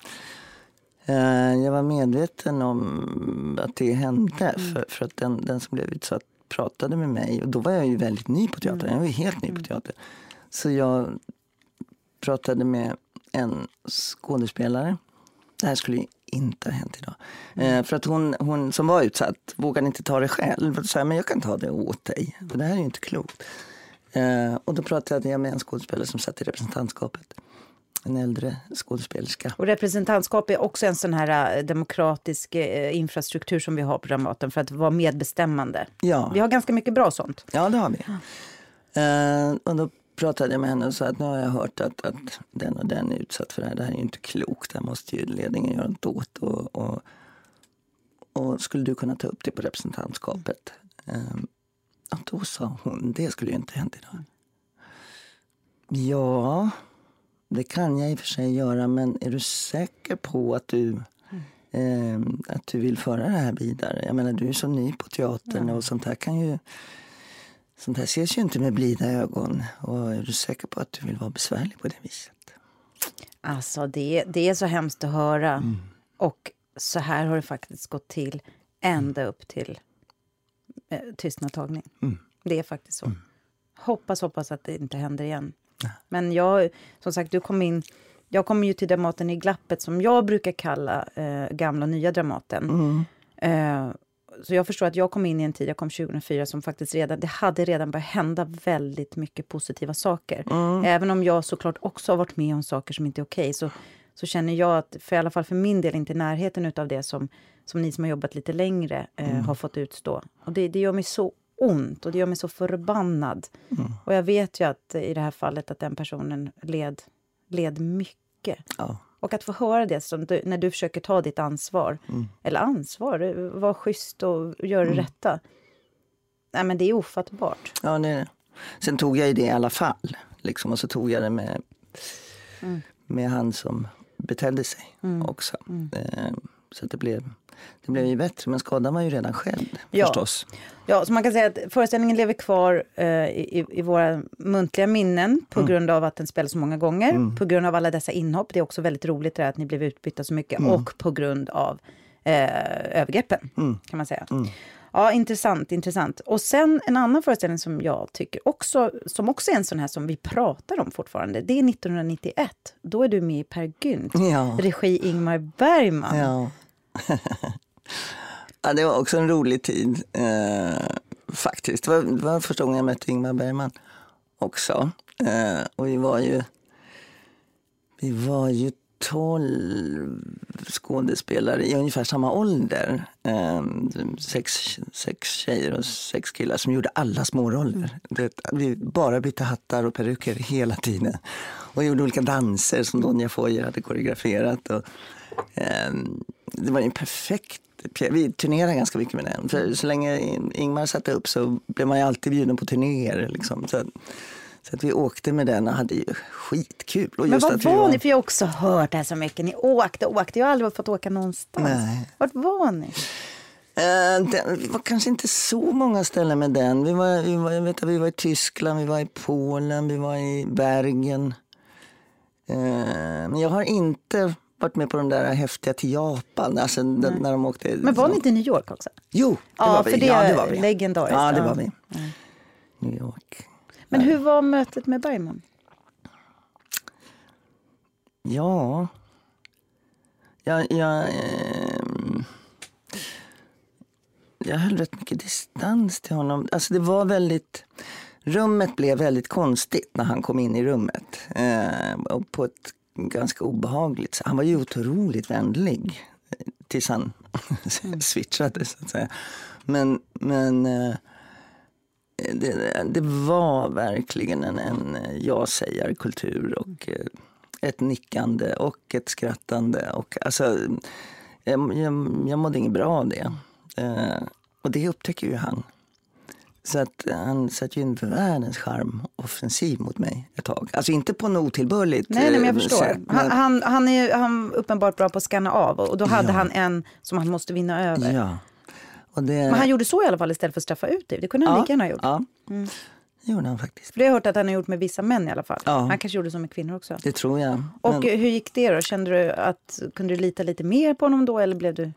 var medveten om att det hände. För att den som blev utsatt pratade med mig. Och då var jag ju väldigt ny på teater. Jag var ju helt ny på teater. Så jag pratade med en skådespelare. Det här skulle inte ha hänt idag. För att hon som var utsatt vågade inte ta det själv. Och sa, men jag kan ta det åt dig. Och det här är ju inte klokt. Och då pratade jag med en skådespelare som satt i representantskapet. En äldre skådespelerska. Och representantskap är också en sån här demokratisk infrastruktur som vi har på Dramaten för att vara medbestämmande. Ja. Vi har ganska mycket bra sånt. Ja, det har vi. Och då pratade jag med henne och sa att nu har jag hört att den och den är utsatt för det här. Det här är ju inte klokt. Det här måste ju ledningen göra något åt. Och skulle du kunna ta upp det på representantskapet? Och då sa hon, det skulle ju inte hänt idag. Ja, det kan jag i och för sig göra. Men är du säker på att du vill föra det här vidare? Jag menar, du är så ny på teatern och sånt här kan ju... Sånt här ses ju inte med blida ögon. Och är du säker på att du vill vara besvärlig på det viset? Alltså det är så hemskt att höra. Och så här har det faktiskt gått till ända upp till tystnadtagning. Det är faktiskt så. Hoppas att det inte händer igen. Men som sagt, jag kom ju till Dramaten i glappet som jag brukar kalla gamla och nya Dramaten. Så jag förstår att jag kom in i en tid, jag kom 2004 som faktiskt det hade redan börjat hända väldigt mycket positiva saker. Även om jag såklart också har varit med om saker som inte är okej, så känner jag att, för i alla fall för min del, inte i närheten utav det som ni som har jobbat lite längre har fått utstå. Och det gör mig så ont och det gör mig så förbannad. Och jag vet ju att i det här fallet att den personen led mycket. Ja. Och att få höra det som när du försöker ta ditt ansvar. Eller ansvar, vara schysst och göra det rätta. Nej, men det är ofattbart. Ja, det är det. Sen tog jag det i alla fall. Liksom, och så tog jag det med han som betedde sig också. Så att det blev ju bättre. Men skadan var ju redan skedd, förstås. Ja, så man kan säga att föreställningen lever kvar i våra muntliga minnen på grund av att den spelas så många gånger. På grund av alla dessa inhopp. Det är också väldigt roligt att ni blev utbytta så mycket. Och på grund av övergreppen, kan man säga. Ja, intressant. Och sen en annan föreställning som jag tycker också, som också är en sån här som vi pratar om fortfarande, det är 1991. Då är du med i Per Gynt. Ja. Regi Ingmar Bergman. Ja. Ja, det var också en rolig tid faktiskt. Det var första gången jag mötte Ingmar Bergman också. Och vi var ju 12 skådespelare i ungefär samma ålder. 6 tjejer och 6 killar som gjorde alla små roller. Vi bara bytte hattar och peruker hela tiden. Och gjorde olika danser som Donja Foyer hade koreograferat. Och, det var en perfekt... Vi turnerade ganska mycket med den. För så länge Ingmar satte upp så blev man ju alltid bjuden på turnéer. Liksom. Så att vi åkte med den och hade ju skitkul. Och men just vad att var ni? För jag har också hört det här så mycket. Ni åkte. Jag har aldrig fått åka någonstans. Nej. Vart var ni? Vi var kanske inte så många ställen med den. Vi var i Tyskland, vi var i Polen, vi var i Bergen. Men jag har inte varit med på de där häftiga till Japan. Alltså när de åkte. Men var ni inte i New York också? Jo, det var vi. För det var vi. Legendariskt. Ja, det var vi. New York. Men hur var mötet med Bergman? Ja. Jag höll rätt mycket distans till honom. Alltså det var väldigt... Rummet blev väldigt konstigt när han kom in i rummet. Och på ett ganska obehagligt sätt. Han var ju otroligt vänlig tills han switchade, så att säga. Men det var verkligen en ja-sägar-kultur och ett nickande och ett skrattande. Och, alltså, jag mådde inget bra av det. Och det upptäcker ju han. Så att han satt ju in för världens charm offensiv mot mig ett tag. Alltså inte på något otillbörligt. Nej, men jag förstår. Sätt, men... Han är uppenbart bra på att scanna av. Och då hade han en som han måste vinna över. Ja. Och men han gjorde så i alla fall istället för att straffa ut dig. Det kunde han lika gärna ha gjort. Ja, det gjorde han faktiskt. För det har jag hört att han har gjort med vissa män i alla fall. Ja. Han kanske gjorde så med kvinnor också. Det tror jag. Och hur gick det då? Kände du att kunde du lita lite mer på honom då? Eller blev du...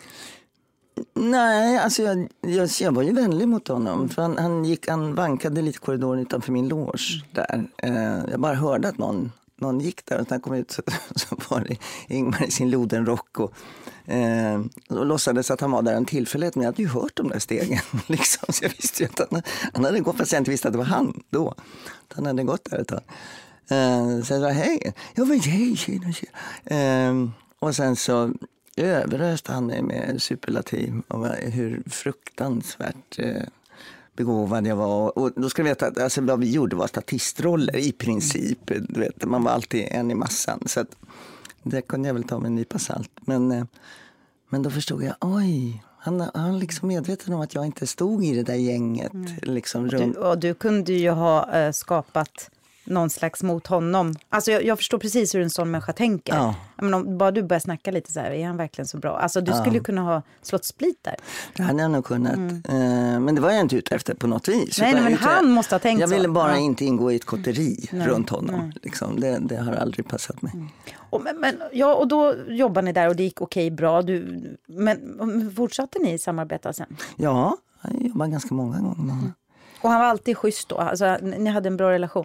Nej, alltså jag var ju vänlig mot honom. För han vankade lite i korridoren utanför min loge där. Jag bara hörde att någon gick där och när han kom ut så var det Ingmar i sin lodenrock och låtsades att han var där en tillfällighet. Men jag hade ju hört de där stegen liksom. Så jag visste ju att han hade gått, fast jag inte visste att det var han då. Han hade gått där ett tag. Så jag sa hej. Jag var hej, tjena. Och sen så överöste han mig med superlativ om hur fruktansvärt begåvad jag var. Och då ska vi veta att alltså, vad vi gjorde var statistroller i princip. Du vet, man var alltid en i massan. Så att, det kunde jag väl ta med en nypa salt. Men då förstod jag, oj, han liksom medveten om att jag inte stod i det där gänget. Liksom, du kunde ju ha skapat någon slags mot honom. Alltså jag förstår precis hur en sån människa tänker. Ja. Men om bara du börjar snacka lite så här, är han verkligen så bra? Alltså du skulle kunna ha slått split där. Det hade jag nog kunnat. Men det var jag inte ute efter på något vis. Nej, men han måste ha tänkt så. Jag ville bara inte ingå i ett kotteri runt honom. Liksom. Det har aldrig passat mig. Och då jobbar ni där och det gick okej, bra. Men fortsatte ni samarbeta sen? Ja, jag jobbade ganska många gånger. Och han var alltid schysst då? Alltså, ni hade en bra relation?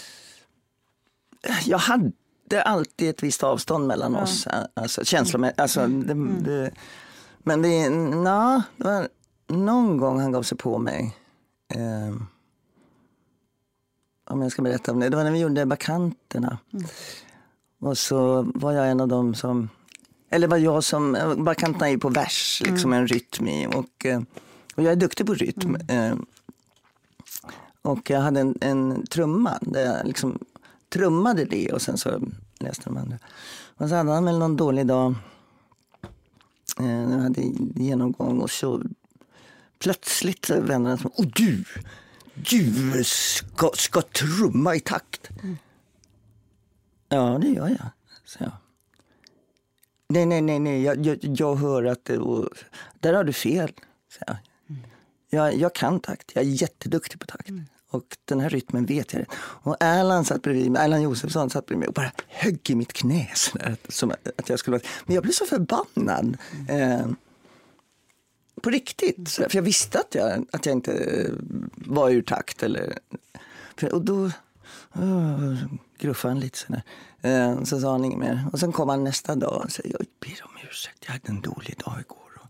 Jag hade alltid ett visst avstånd mellan oss. Alltså, känslomässigt. Alltså, men det var någon gång han gav sig på mig. Om jag ska berätta om det. Det var när vi gjorde Bakanterna. Och så var jag en av dem som... Eller var jag som... Bakanterna är ju på vers, liksom en rytm i. Och jag är duktig på rytm. Och jag hade en trumma där jag liksom trummade det och sen så läste de andra. Och så hade han väl någon dålig dag. Jag hade genomgång och så plötsligt vände han och du ska trumma i takt. Ja, det gör jag, så jag. Nej, jag hör att det, och, där har du fel, så jag. Jag kan takt, jag är jätteduktig på takt. Och den här rytmen vet jag. Och Erland Josefsson satt bredvid mig och bara högg i mitt knä. Som att jag skulle vara. Men jag blev så förbannad. På riktigt. För jag visste att jag inte var ur takt. Och då gruffade han lite sådär. Så sa han inget mer. Och sen kom han nästa dag och sa, jag ber om ursäkt, jag hade en dålig dag igår. Och,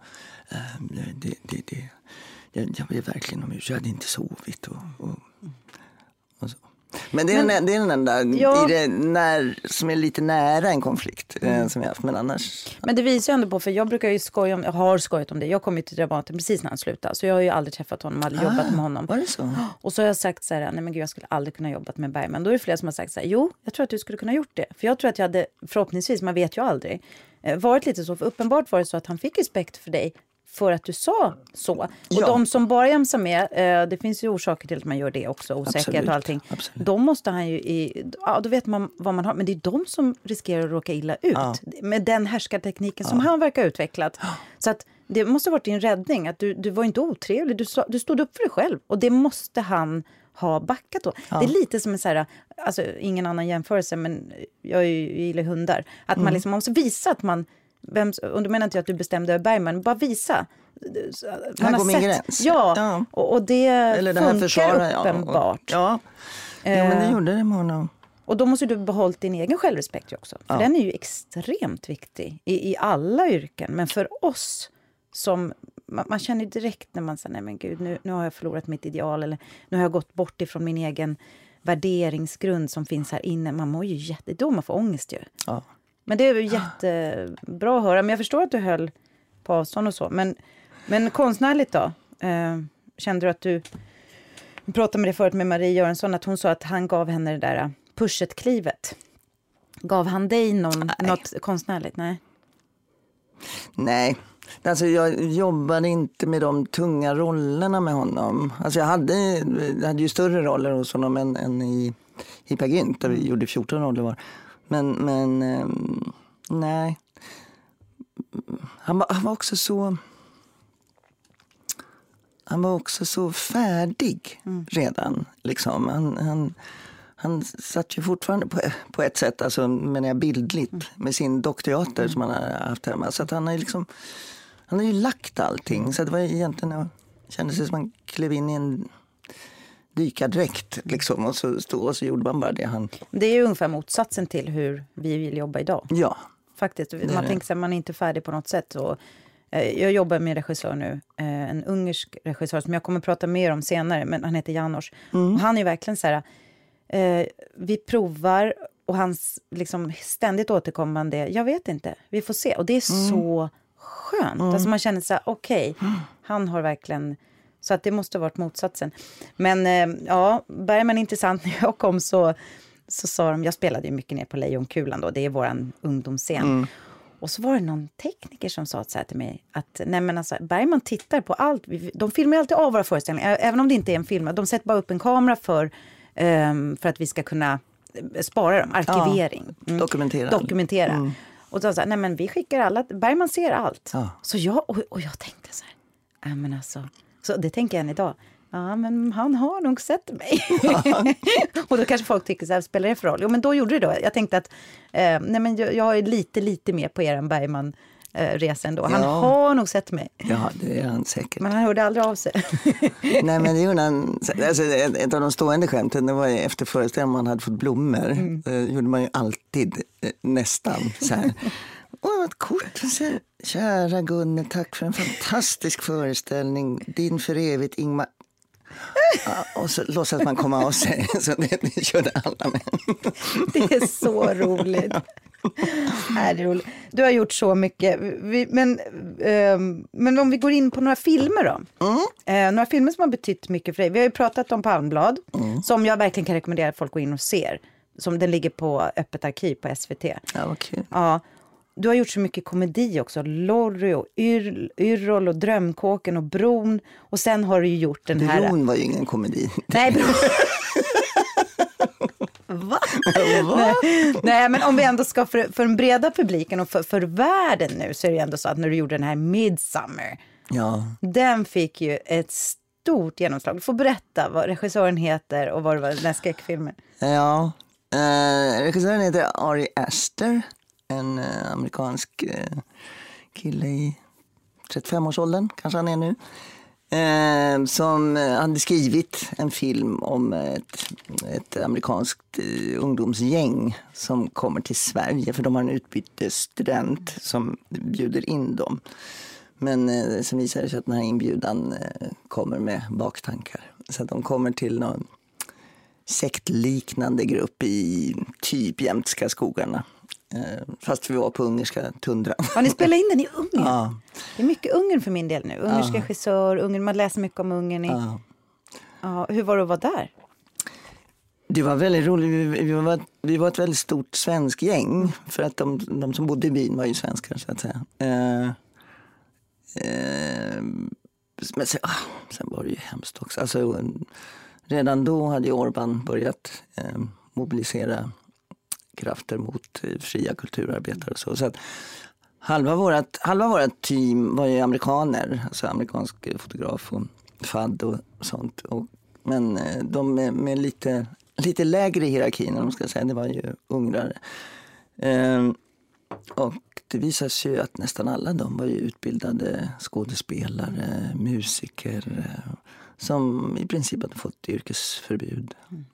jag ber verkligen om ursäkt, jag hade inte sovit och så. Men det är den enda som är lite nära en konflikt som jag haft, men annars. Men det visar ju ändå på, för jag brukar ju jag har skojat om det. Jag kom ju till Dramaten precis när han slutade, så jag har ju aldrig träffat honom, aldrig jobbat med honom. Var det så? Och så har jag sagt så här, nej men gud, jag skulle aldrig kunna jobbat med Bergman. Då är det flera som har sagt så här, jo, jag tror att du skulle kunna gjort det. För jag tror att jag hade, förhoppningsvis, man vet ju aldrig, varit lite så, för uppenbart var det så att han fick respekt för dig för att du sa så. Och de som bara jämsar med, det finns ju orsaker till att man gör det också, osäkerhet och allting. Absolut. De måste han ju då vet man vad man har, men det är de som riskerar att råka illa ut med den härskartekniken som han verkar ha utvecklat. Så att det måste ha varit din räddning, att du var inte otrevlig, du stod upp för dig själv, och det måste han ha backat då. Det är lite som en så här, alltså ingen annan jämförelse, men jag gillar hundar, att man liksom måste visa att man och du menar inte att du bestämde över Bergman, bara visa. Man har min gräns. Ja. Och det eller det här funkar uppenbart. Ja, men det gjorde det med honom. Och då måste du behålla din egen självrespekt också. För den är ju extremt viktig i alla yrken. Men för oss som, man känner direkt när man säger, nej men gud, nu har jag förlorat mitt ideal, eller nu har jag gått bort ifrån min egen värderingsgrund som finns här inne. Man mår ju då man får ångest ju. Ja. Men det är ju jättebra att höra. Men jag förstår att du höll på avstånd och så. Men konstnärligt då? Kände du att du pratade med dig förut med Marie Göransson, att hon sa att han gav henne det där pushet-klivet. Gav han dig något konstnärligt? Nej. Alltså jag jobbade inte med de tunga rollerna med honom. Alltså jag hade ju större roller hos honom än i Per Gynt, där vi gjorde 14 roller var. Men nej. Han var också så färdig redan liksom. Han satt ju fortfarande på ett sätt, alltså, men jag bildligt med sin dockteater som han har haft hemma, så att han har ju lagt allting, så det var egentligen, kändes det som man klev in i en dykardräkt liksom, och så gjorde man bara det han. Det är ju ungefär motsatsen till hur vi vill jobba idag. Ja. Faktiskt, man tänker sig att man är inte färdig på något sätt. Och, jag jobbar med en regissör nu, en ungersk regissör som jag kommer att prata mer om senare, men han heter János. Och han är ju verkligen så här, vi provar, och hans liksom ständigt återkommande, jag vet inte, vi får se. Och det är så skönt. Alltså man känner så här, okej, han har verkligen. Så att det måste ha varit motsatsen. Men Bergman är intressant. När jag kom så sa de, jag spelade ju mycket ner på Lejonkulan då. Det är våran ungdomsscen. Och så var det någon tekniker som sa så här till mig, att nej men alltså, Bergman tittar på allt. De filmar alltid av våra föreställningar, även om det inte är en film. De sätter bara upp en kamera för att vi ska kunna spara dem. Arkivering. Dokumentera. Och då sa nej men vi skickar alla, Bergman ser allt. Så jag tänkte så här, men alltså, så det tänker jag än idag. Ja, men han har nog sett mig. Och då kanske folk tycker så här, spelar det för roll? Jo, men då gjorde det då. Jag tänkte att nej, men jag är lite mer på er än Bergman resan då. Han har nog sett mig. Ja, det är han säkert. Men han hörde aldrig av sig. Nej, men det gjorde han. Alltså, ett av de stående skämten, det var efter föreställningen man hade fått blommor. Gjorde man ju alltid nästan så här. Ett kort. Kära Gunne, tack för en fantastisk föreställning. Din för evigt Ingmar. Och så låtsas man komma av sig. Så det körde alla med. Det är så roligt. Nej, det är roligt. Du har gjort så mycket. Men om vi går in på några filmer då. Några filmer som har betytt mycket för dig. Vi har ju pratat om Palmblad. Som jag verkligen kan rekommendera att folk går in och ser. Som den ligger på Öppet arkiv på SVT. Ja, vad kul. Ja. Du har gjort så mycket komedi också. Lorry och Yrrol och Drömkåken och Bron. Och sen har du ju gjort den här... Bron var ju ingen komedi. Nej, Bron. Va? Nej, men om vi ändå ska för den breda publiken och för världen nu, så är det ändå så att när du gjorde den här Midsummer, den fick ju ett stort genomslag. Du får berätta vad regissören heter och vad det var den här skräckfilmen. Ja, regissören heter Ari Aster, en amerikansk kille i 35-årsåldern, kanske han är nu. Som hade skrivit en film om ett amerikanskt ungdomsgäng som kommer till Sverige, för de har en utbytesstudent som bjuder in dem. Men sen visar det sig att den här inbjudan kommer med baktankar. Så att de kommer till någon sektliknande grupp i typ Jämtska skogarna. Fast vi var på ungerska tundran. Har ni spelat in den i Ungern? Ja. Det är mycket Ungern för min del nu. Ungersk regissör, Ungern, man läser mycket om Ungern. Ja, hur var det att vara där? Det var väldigt roligt. Vi var ett väldigt stort svensk gäng. För att de som bodde i byn var ju svenskar, så att säga. Men sen var det ju hemskt också. Alltså, redan då hade Orban börjat mobilisera krafter mot fria kulturarbetare och så. Så att halva vårat team var ju amerikaner, alltså amerikansk fotograf och FAD och sånt. Men de med lite lägre hierarkin, om man ska säga, det var ju ungrare. Och det visade sig ju att nästan alla de var ju utbildade skådespelare, musiker, som i princip hade fått yrkesförbud.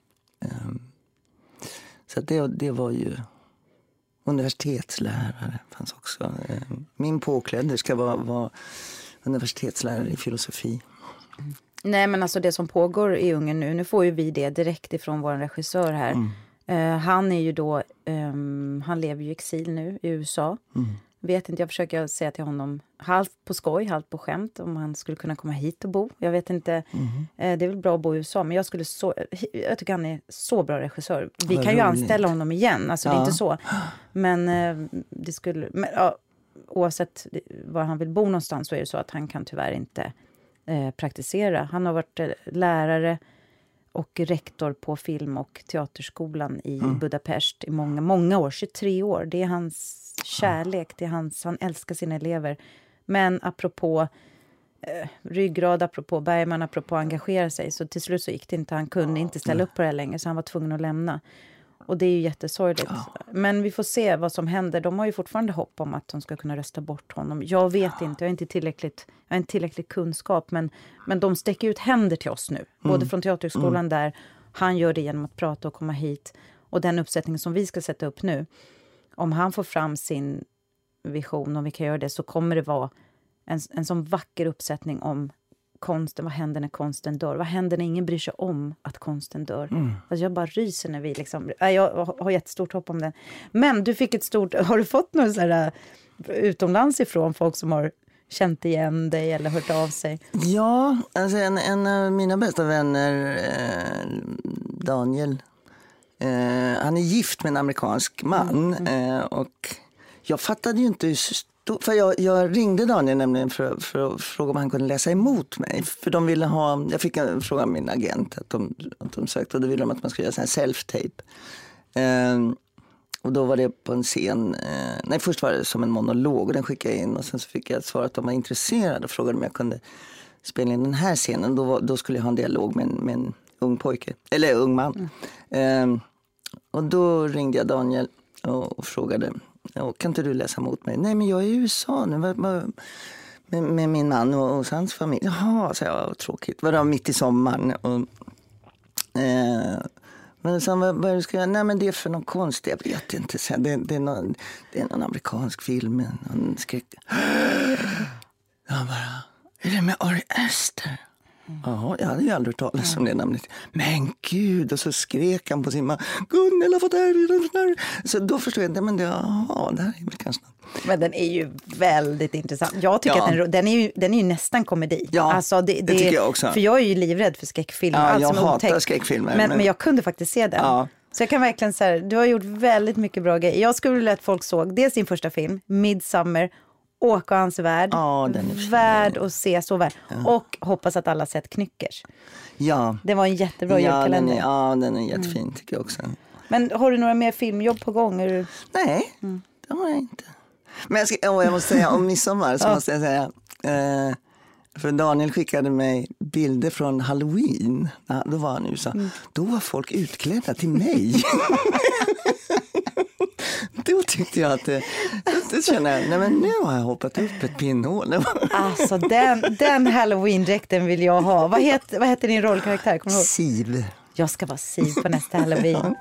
Så det var ju universitetslärare fanns också. Min påklädderska var universitetslärare i filosofi. Nej, men alltså det som pågår i Ungern nu får ju vi det direkt ifrån vår regissör här. Han är ju då, han lever ju i exil nu i USA. Vet inte, jag försöker säga till honom halvt på skoj, halvt på skämt om han skulle kunna komma hit och bo. Jag vet inte, det är väl bra att bo i USA, men jag tycker han är så bra regissör. Vi kan ju anställa honom igen, alltså det är inte så. Men det skulle, oavsett var han vill bo någonstans, så är det så att han kan tyvärr inte praktisera. Han har varit lärare och rektor på film- och teaterskolan i Budapest i många, många år, 23 år. Det är hans kärlek, han älskar sina elever. Men apropå ryggrad, apropå Bergman, apropå engagera sig, så till slut så gick det inte. Han kunde inte ställa upp på det längre, så han var tvungen att lämna. Och det är ju jättesorgligt. Men vi får se vad som händer. De har ju fortfarande hopp om att de ska kunna rösta bort honom. Jag vet inte, jag har inte tillräcklig kunskap. Men de stäcker ut händer till oss nu. Både från teaterskolan där. Han gör det genom att prata och komma hit. Och den uppsättningen som vi ska sätta upp nu. Om han får fram sin vision, om vi kan göra det, så kommer det vara en sån vacker uppsättning om konsten. Vad händer när konsten dör? Vad händer när ingen bryr sig om att konsten dör? Alltså jag bara ryser när vi liksom... Jag har jättestort hopp om den. Men du fick har du fått något sådär utomlands ifrån folk som har känt igen dig eller hört av sig? Ja, alltså en av mina bästa vänner, Daniel, han är gift med en amerikansk man. Och jag fattade ju inte för jag ringde Daniel nämligen för att fråga om han kunde läsa emot mig. För de ville jag fick en fråga av min agent att de sökte, och då ville de att man skulle göra sån här self-tape. Och då var det på en scen, först var det som en monolog, och den skickade jag in, och sen så fick jag ett svar att de var intresserade och frågade om jag kunde spela in den här scenen. Då skulle jag ha en dialog med en ung pojke, eller ung man. Och då ringde jag Daniel och frågade: kan inte du läsa mot mig? Nej, men jag är i USA nu med min man och hans familj. Jaha, så jag, tråkigt. Var det mitt i sommaren? Men sen vad ska jag? Nej, men det är för någon konst, jag vet inte. Så det är någon amerikansk film, någon skräck. Jag bara, är det med Ari Aster? Jaha, jag hade ju aldrig hört talas om det namnet. Men gud, och så skrek han på sin man. Gunnel har fått det här. Så då förstod jag, men det här är väl kanske något. Men den är ju väldigt intressant. Jag tycker att den är ju nästan komedi. Ja, alltså det tycker jag också. För jag är ju livrädd för skräckfilmer. Ja, jag hatar skräckfilmer. Men jag kunde faktiskt se den. Ja. Så jag kan verkligen säga, du har gjort väldigt mycket bra grejer. Jag skulle vilja att folk såg dels din första film, Midsommar, Åke och hans värld. Ja, den är värd att se, så värd. Ja. Och hoppas att alla sett Knyckers. Ja. Det var en jättebra julkalender. Den är jättefin tycker jag också. Men har du några mer filmjobb på gång? Nej, det har jag inte. Men jag måste säga om midsommar så måste jag säga... för Daniel skickade mig bilder från Halloween. Då var han i USA. Då var folk utklädda till mig. Då tyckte jag att det kände jag, nej men nu har jag hoppat upp ett pinnhål. Alltså den Halloween-dräkten vill jag ha. Vad heter din rollkaraktär? Kommer du ihåg? Siv. Jag ska vara Siv på nästa Halloween.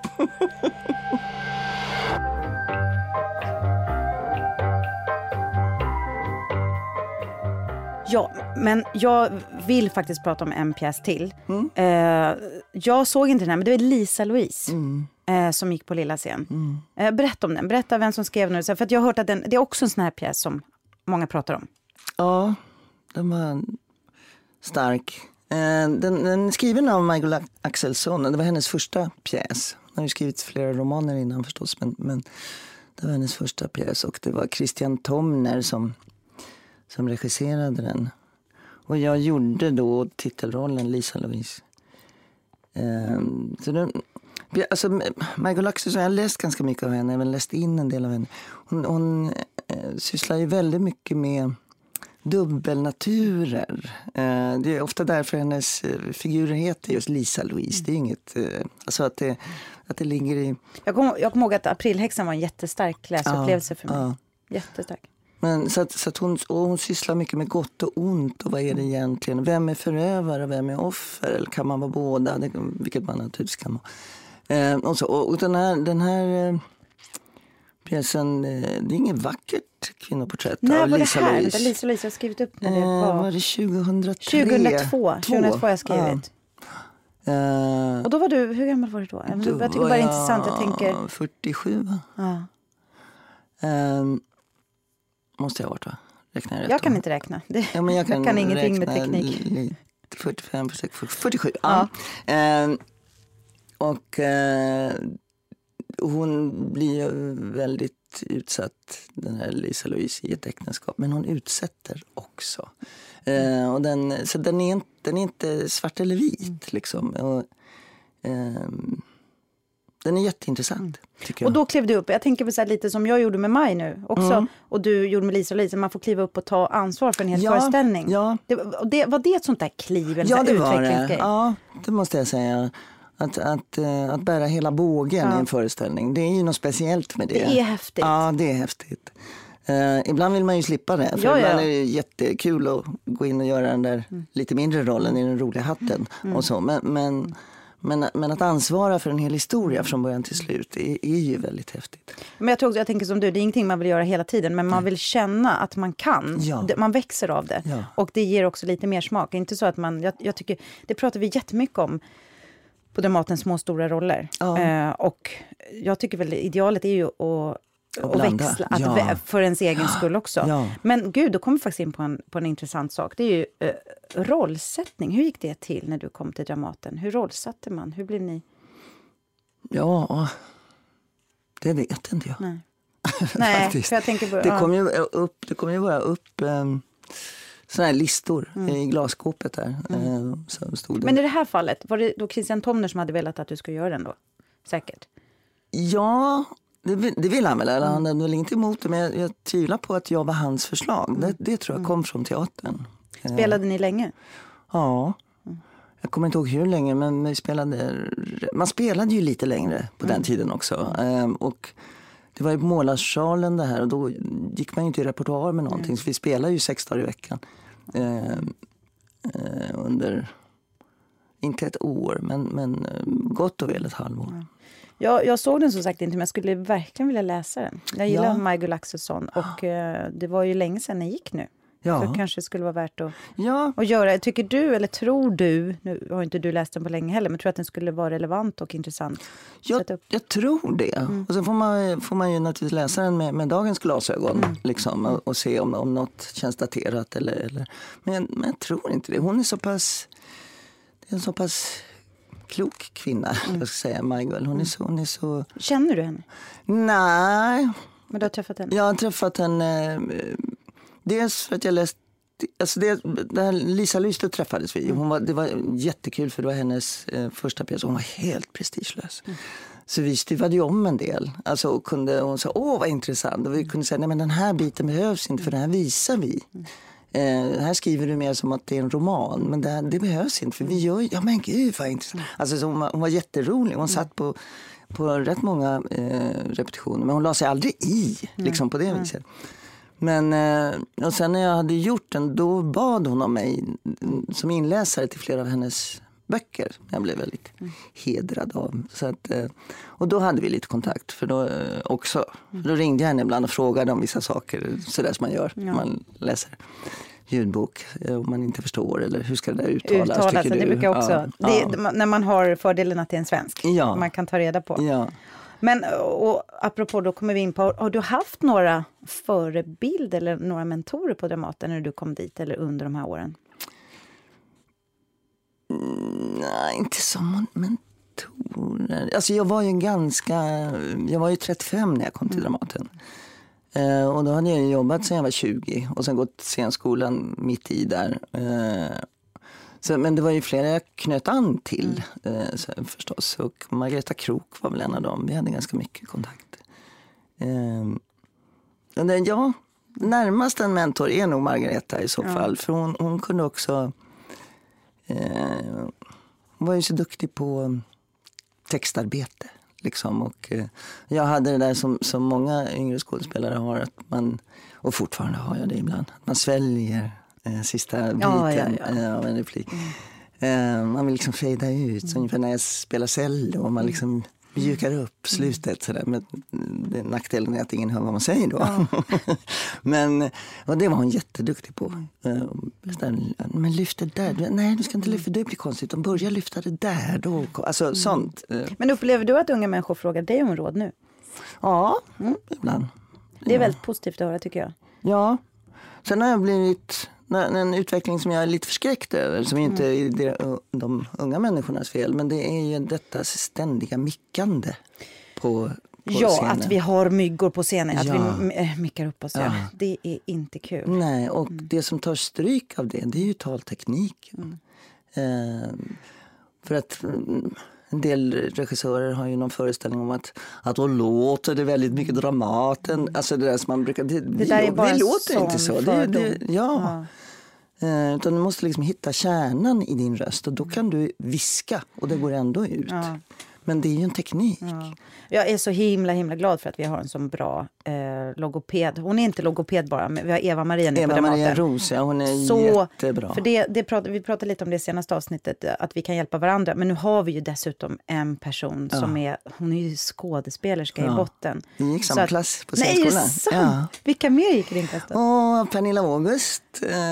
Ja, men jag vill faktiskt prata om en pjäs till. Jag såg inte den här, men det var Lisa Louise som gick på lilla scen. Berätta om den. Berätta vem som skrev den. För att jag har hört att det är också en sån här pjäs som många pratar om. Ja, den var stark. Den är skriven av Michael Axelsson. Det var hennes första pjäs. Hon har ju skrivit flera romaner innan förstås, men det var hennes första pjäs. Och det var Christian Tomner som regisserade den. Och jag gjorde då titelrollen Lisa Louise. Michael Axelsson, jag har läst ganska mycket av henne. Jag har läst in en del av henne. Hon sysslar ju väldigt mycket med dubbelnaturer. Det är ofta därför hennes figurer heter just Lisa Louise. Det är inget... alltså att det ligger i... Jag kommer ihåg att Aprilhäxan var en jättestark läsupplevelse för mig. Ja. Jättestark. Men så att hon sysslar mycket med gott och ont och vad är det egentligen? Vem är förövare och vem är offer? Eller kan man vara båda? Vilket man naturligtvis kan vara. Och den här pjäsen, det är inget vackert kvinnoporträtt av Lisa Louise. Lisa Louise har skrivit upp när det var det 2003? 2002 har jag skrivit. Och då var du, hur gammal var du då? Jag tycker bara intressant, jag tänker... 47 va? Ja. Måste jag ha varit va? Räknar jag rätt? Jag kan inte räkna. Jag kan ingenting med teknik. 45, 47. Ja. Och hon blir ju väldigt utsatt, den här Lisa Louise, i ett äktenskap. Men hon utsätter också. Och den är inte svart eller vit liksom. Och, den är jätteintressant, tycker jag. Och då klev du upp. Jag tänker på så här lite som jag gjorde med Maj nu också. Och du gjorde med Lisa och Lisa. Man får kliva upp och ta ansvar för en hel föreställning. Ja. Var det ett sånt där kliv? Ja, det var det. Ja, det måste jag säga. Att bära hela bågen i en föreställning. Det är ju något speciellt med det. Det är häftigt. Ja, det är häftigt. Ibland vill man ju slippa det. För ibland är det jättekul att gå in och göra den där lite mindre rollen i den roliga hatten. Och så. Men att ansvara för en hel historia från början till slut är ju väldigt häftigt. Men jag tänker som du, det är ingenting man vill göra hela tiden. Men man vill känna att man kan. Ja. Man växer av det. Ja. Och det ger också lite mer smak. Inte så att jag tycker, det pratar vi jättemycket om på Dramatens små stora roller. Ja. Och jag tycker väl idealet är ju att växla för ens egen skull också. Ja. Men gud, då kommer vi faktiskt in på en intressant sak. Det är ju rollsättning. Hur gick det till när du kom till Dramaten? Hur rollsatte man? Hur blev ni? Ja, det vet inte jag. Nej, för jag tänker på... Det kom ju bara upp såna här listor i glasskåpet där. Så stod det. Men i det här fallet, var det då Christian Tomner som hade velat att du skulle göra den då? Säkert. Ja, det vill han väl. Eller han hade väl inte emot det, men jag tvivlar på att jag var hans förslag. Det tror jag kom från teatern. Spelade ni länge? Ja. Jag kommer inte ihåg hur länge, men man spelade ju lite längre på den tiden också. Och det var ju på Målarsalen det här, och då gick man ju inte i repertoar med någonting. Så vi spelade ju 6 dagar i veckan. Under, inte ett år, men gott och väl ett halvår. Jag såg den som sagt inte, men jag skulle verkligen vilja läsa den. Jag gillar Michael Axelsson och det var ju länge sedan den gick nu. Ja. Så det kanske skulle vara värt att Ja. göra. Tycker du, eller tror du, nu har inte du läst den på länge heller, men tror att den skulle vara relevant och intressant? Jag tror det. Och så får man ju naturligtvis läsa den med dagens glasögon liksom, och se om något känns daterat. Men jag tror inte det. Hon är en så pass klok kvinna, jag ska säga, Majgull. Hon är så... Känner du henne? Nej. Men du har träffat henne? Jag har träffat henne dels för att jag läst, alltså det Lisa Lyster träffades vi. Det var jättekul för det var hennes första pjäs. Hon var helt prestigelös. Så vi stuvade ju om en del. Alltså, och hon sa, vad intressant. Och vi kunde säga, nej men den här biten behövs inte för den här visar vi. Här skriver du mer som att det är en roman. Men det behövs inte för vi gör, ja men gud vad intressant. Alltså så hon var jätterolig. Hon satt på rätt många repetitioner. Men hon la sig aldrig i liksom på det viset. Men och sen när jag hade gjort den, då bad hon om mig som inläsare till flera av hennes böcker. Jag blev väldigt hedrad av. Så att, och då hade vi lite kontakt för då också. För då ringde jag henne ibland och frågade om vissa saker, sådär som man gör när man läser ljudbok, om man inte förstår eller hur ska det där uttalas tycker du? Det brukar också, när man har fördelen att det är en svensk, man kan ta reda på. Ja. Men och apropå, då kommer vi in på, har du haft några förebilder eller några mentorer på Dramaten när du kom dit eller under de här åren? Nej, inte som mentorer. Alltså jag var ju 35 när jag kom till Dramaten. Och då hade jag jobbat sedan jag var 20 och sen gått scenskolan mitt i där. Men det var ju flera jag knöt an till förstås. Och Margareta Krok var väl en av dem. Vi hade ganska mycket kontakt. Närmast en mentor är nog Margareta i så fall. För hon kunde också... hon var ju så duktig på textarbete. Liksom. Och jag hade det där som många yngre skådespelare har. Att och fortfarande har jag det ibland. Att man sväljer sista biten av en replik. Man vill liksom fejda ut. Ungefär när jag spelar cello och man liksom mjukar upp slutet. Sådär. Men nackdelen är att ingen hör vad man säger då. Och det var hon jätteduktig på. Men lyft det där. Nej, du ska inte lyfta, det blir konstigt. De börjar lyfta det där. Då. Alltså sånt. Men upplever du att unga människor frågar dig om råd nu? Ja, ibland. Det är väldigt positivt att höra tycker jag. Ja, sen har jag blivit en utveckling som jag är lite förskräckt över, som inte är de unga människornas fel, men det är ju detta ständiga mickande på scenen. Att vi har myggor på scenen, att vi mickar upp oss. Ja. Det är inte kul. Nej, och det som tar stryk av det är ju taltekniken. För att en del regissörer har ju någon föreställning om att då låter det väldigt mycket Dramaten. Alltså det där som man brukar... Det låter inte så. Utan du måste liksom hitta kärnan i din röst och då kan du viska och det går ändå ut. Ja. Men det är ju en teknik. Ja. Jag är så himla glad för att vi har en sån bra logoped. Hon är inte logoped bara, men vi har Eva-Maria nu på Dramaten. Eva-Maria Ros, hon är jättebra. För vi pratade lite om det senaste avsnittet, att vi kan hjälpa varandra. Men nu har vi ju dessutom en person som hon är ju skådespelerska i botten. Vi gick samma klass på scenskolan. Nej, sant! Ja. Vilka mer gick i din klass då? Pernilla August,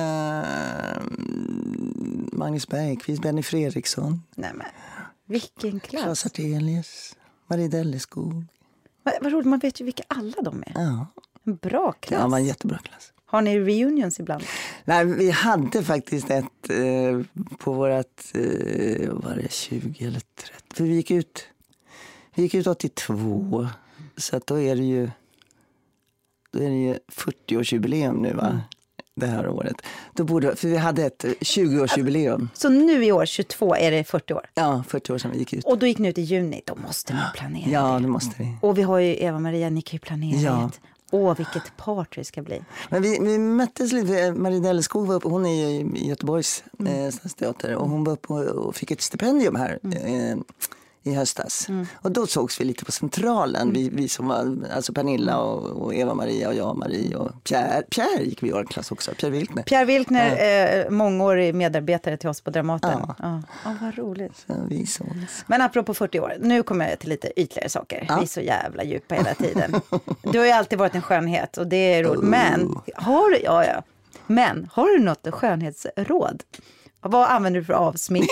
Magnus Bergqvist, Benny Fredriksson. Nej men, vilken klass. Claes Artelius, Marie Delleskog. Vad roligt, man vet ju vilka alla de är. Ja. En bra klass. Ja, en jättebra klass. Har ni reunions ibland? Nej, vi hade faktiskt ett på vårat, var det 20 eller 30? För vi gick ut 82, så att då är det ju 40-årsjubileum nu va? Det här året. För vi hade ett 20-årsjubileum. Så nu i år, 22, är det 40 år? Ja, 40 år sedan vi gick ut. Och då gick ni ut i juni, då måste ni planera det. Ja, det måste vi. Och vi har ju Eva-Maria, ni kan ju planera det. Vilket party det ska bli. Men vi möttes lite, Marie Delleskog var uppe, hon är ju i Göteborgs stadsteater och hon var uppe och fick ett stipendium här i höstas. Och då sågs vi lite på Centralen. Vi som var, alltså Pernilla och Eva-Maria och jag och Marie och Pierre gick vi i vår klass också. Pierre Wilkner, mångårig medarbetare till oss på Dramaten. Ja, vad roligt. Så vi sågs. Men apropå 40 år, nu kommer jag till lite ytligare saker. Vi är så jävla djupa hela tiden. Du har ju alltid varit en skönhet och det är roligt. Men Men har du något skönhetsråd? Vad använder du för avsmink?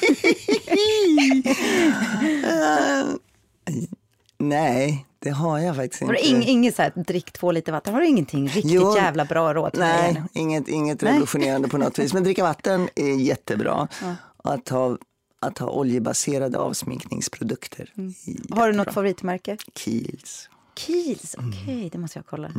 Nej, det har jag faktiskt inte. Har du inget så här, drick 2 liter vatten? Har du ingenting riktigt jävla bra råd till mig? Nej, inget revolutionerande på något vis. Men dricka vatten är jättebra. Ja. Att ha oljebaserade avsminkningsprodukter. Har du något favoritmärke? Kiehl's. Okej, det måste jag kolla.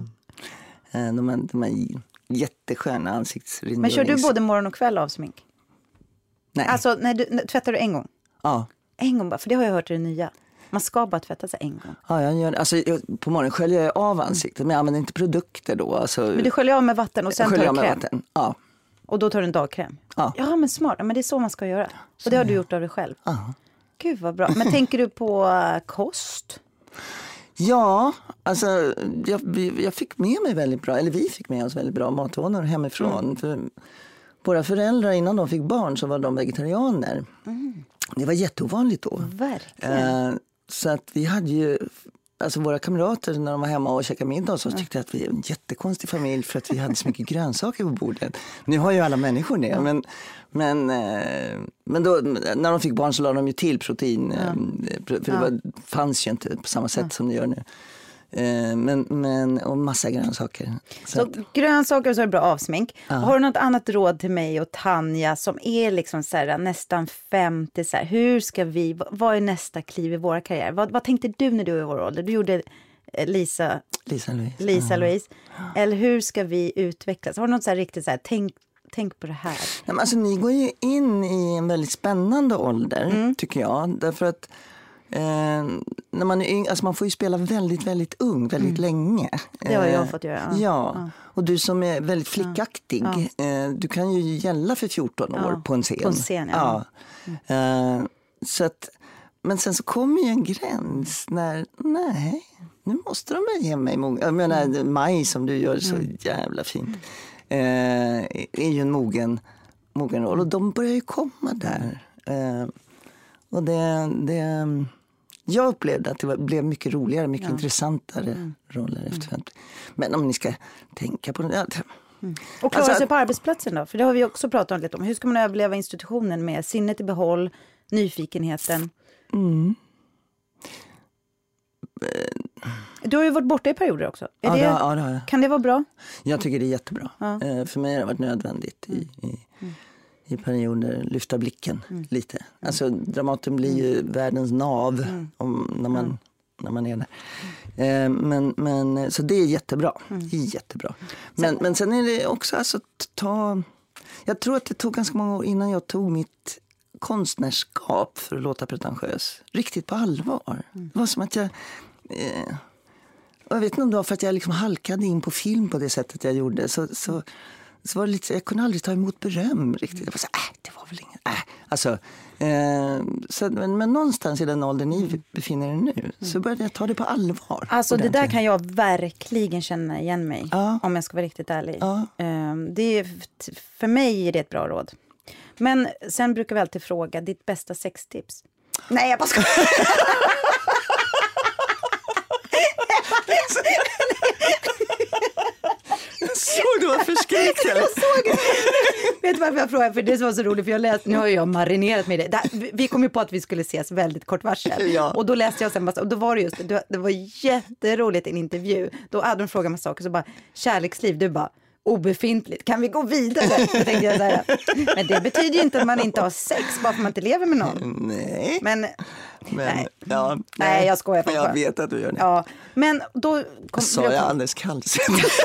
De är jättesköna ansiktsrengörings. Men kör du både morgon och kväll avsmink? Nej. Alltså, tvättar du en gång? Ja. En gång bara, för det har jag hört i det nya. Man ska bara tvätta sig en gång. Ja, jag gör, alltså, på morgonen sköljer jag av ansiktet, men jag använder inte produkter då. Alltså, men du sköljer av med vatten och sen tar du kräm? Vatten. Ja. Och då tar du en dagkräm? Ja, men smart. Men det är så man ska göra. Och det har du gjort av dig själv? Ja. Gud vad bra. Men tänker du på kost? Ja, alltså jag fick med mig väldigt bra, eller vi fick med oss väldigt bra matvanor hemifrån. För våra föräldrar innan de fick barn så var de vegetarianer. Det var jätteovanligt då. Verkligen. Så att vi hade ju, alltså våra kamrater när de var hemma och käkade middag så tyckte att vi är en jättekonstig familj för att vi hade så mycket grönsaker på bordet. Nu har ju alla människor det, men då, när de fick barn så la de ju till protein, för det fanns ju inte på samma sätt som det gör nu. Och massa grönsaker. Så grönsaker och så är det bra avsmink. Har du något annat råd till mig och Tanja som är liksom så här, nästan 50 så här, hur ska vi, vad är nästa kliv i våra karriär? Vad tänkte du när du var i vår ålder? Du gjorde Lisa Louise. Eller hur ska vi utvecklas? Har du något så här riktigt så här, tänk på det här? Ja, men alltså, ni går ju in i en väldigt spännande ålder tycker jag. Därför att när man är yng, alltså man får ju spela väldigt, väldigt ung, väldigt länge. Det har jag fått göra. Ja, och du som är väldigt flickaktig, du kan ju gälla för 14 år på en scen. På en scen, ja. Så att, men sen så kommer ju en gräns när, nu måste de väl ge mig jag menar, Maj som du gör så jävla fint, är ju en mogen roll och de börjar ju komma där. Och jag upplevde att det blev mycket roligare, mycket intressantare roller efter. Men om ni ska tänka på det. Och klara sig på arbetsplatsen då? För det har vi också pratat lite om. Hur ska man överleva institutionen med sinnet i behåll, nyfikenheten? Du har ju varit borta i perioder också. Det har jag. Kan det vara bra? Jag tycker det är jättebra. För mig har det varit nödvändigt i perioder lyfta blicken lite. Alltså Dramaten blir ju världens nav när man är där. Men så det är jättebra. Det är jättebra. Men sen är det också alltså jag tror att det tog ganska många år innan jag tog mitt konstnärskap, för att låta pretentiös, riktigt på allvar. Det var som att jag vet inte om det var för att jag liksom halkade in på film på det sättet jag gjorde, så var det lite, jag kunde aldrig ta emot beröm riktigt. Jag var så det var väl inget. Alltså, men någonstans i den åldern ni befinner er nu så började jag ta det på allvar. Alltså det där kan jag verkligen känna igen mig, om jag ska vara riktigt ärlig. Det är, för mig är det ett bra råd. Men sen brukar vi alltid fråga ditt bästa sextips. Nej, jag bara skojar. Såg du vad förskräckt? Jag såg det. Vet du varför jag frågar? För det var så roligt, för jag läste, nu har jag marinerat med det. Vi kom ju på att vi skulle ses väldigt kort varsel. Och då läste jag sen och då var det just, det var jätteroligt i en intervju. Då hade de frågat mig saker så bara, kärleksliv, du bara, obefintligt. Kan vi gå vidare? Så tänkte jag så här. Men det betyder ju inte att man inte har sex bara för att man inte lever med någon. Nej. Men nej, jag skojar. Men jag vet att du gör det. Ja, men då sa jag alldeles kallsyn.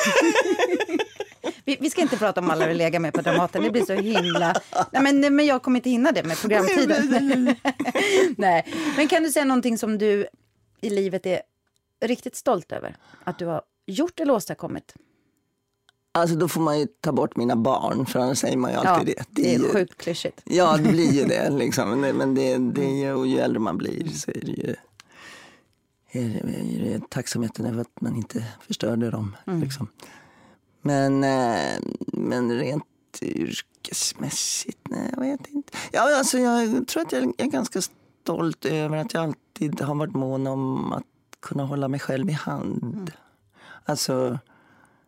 Vi ska inte prata om alla vi lägger med på Dramaten. Det blir så himla... Nej, men jag kommer inte hinna det med programtiden. Nej. Men kan du säga någonting som du i livet är riktigt stolt över? Att du har gjort eller åstadkommit? Alltså då får man ju ta bort mina barn, för annars säger man ju alltid det. Det är ju sjukt klyschigt. Ja, det blir ju det liksom. Men det är ju äldre man blir så är det ju... Är det tacksamheten över att man inte förstörde dem. Liksom. Men rent yrkesmässigt, nej, jag vet inte. Ja, alltså, jag tror att jag är ganska stolt över att jag alltid har varit mån om att kunna hålla mig själv i hand. Alltså,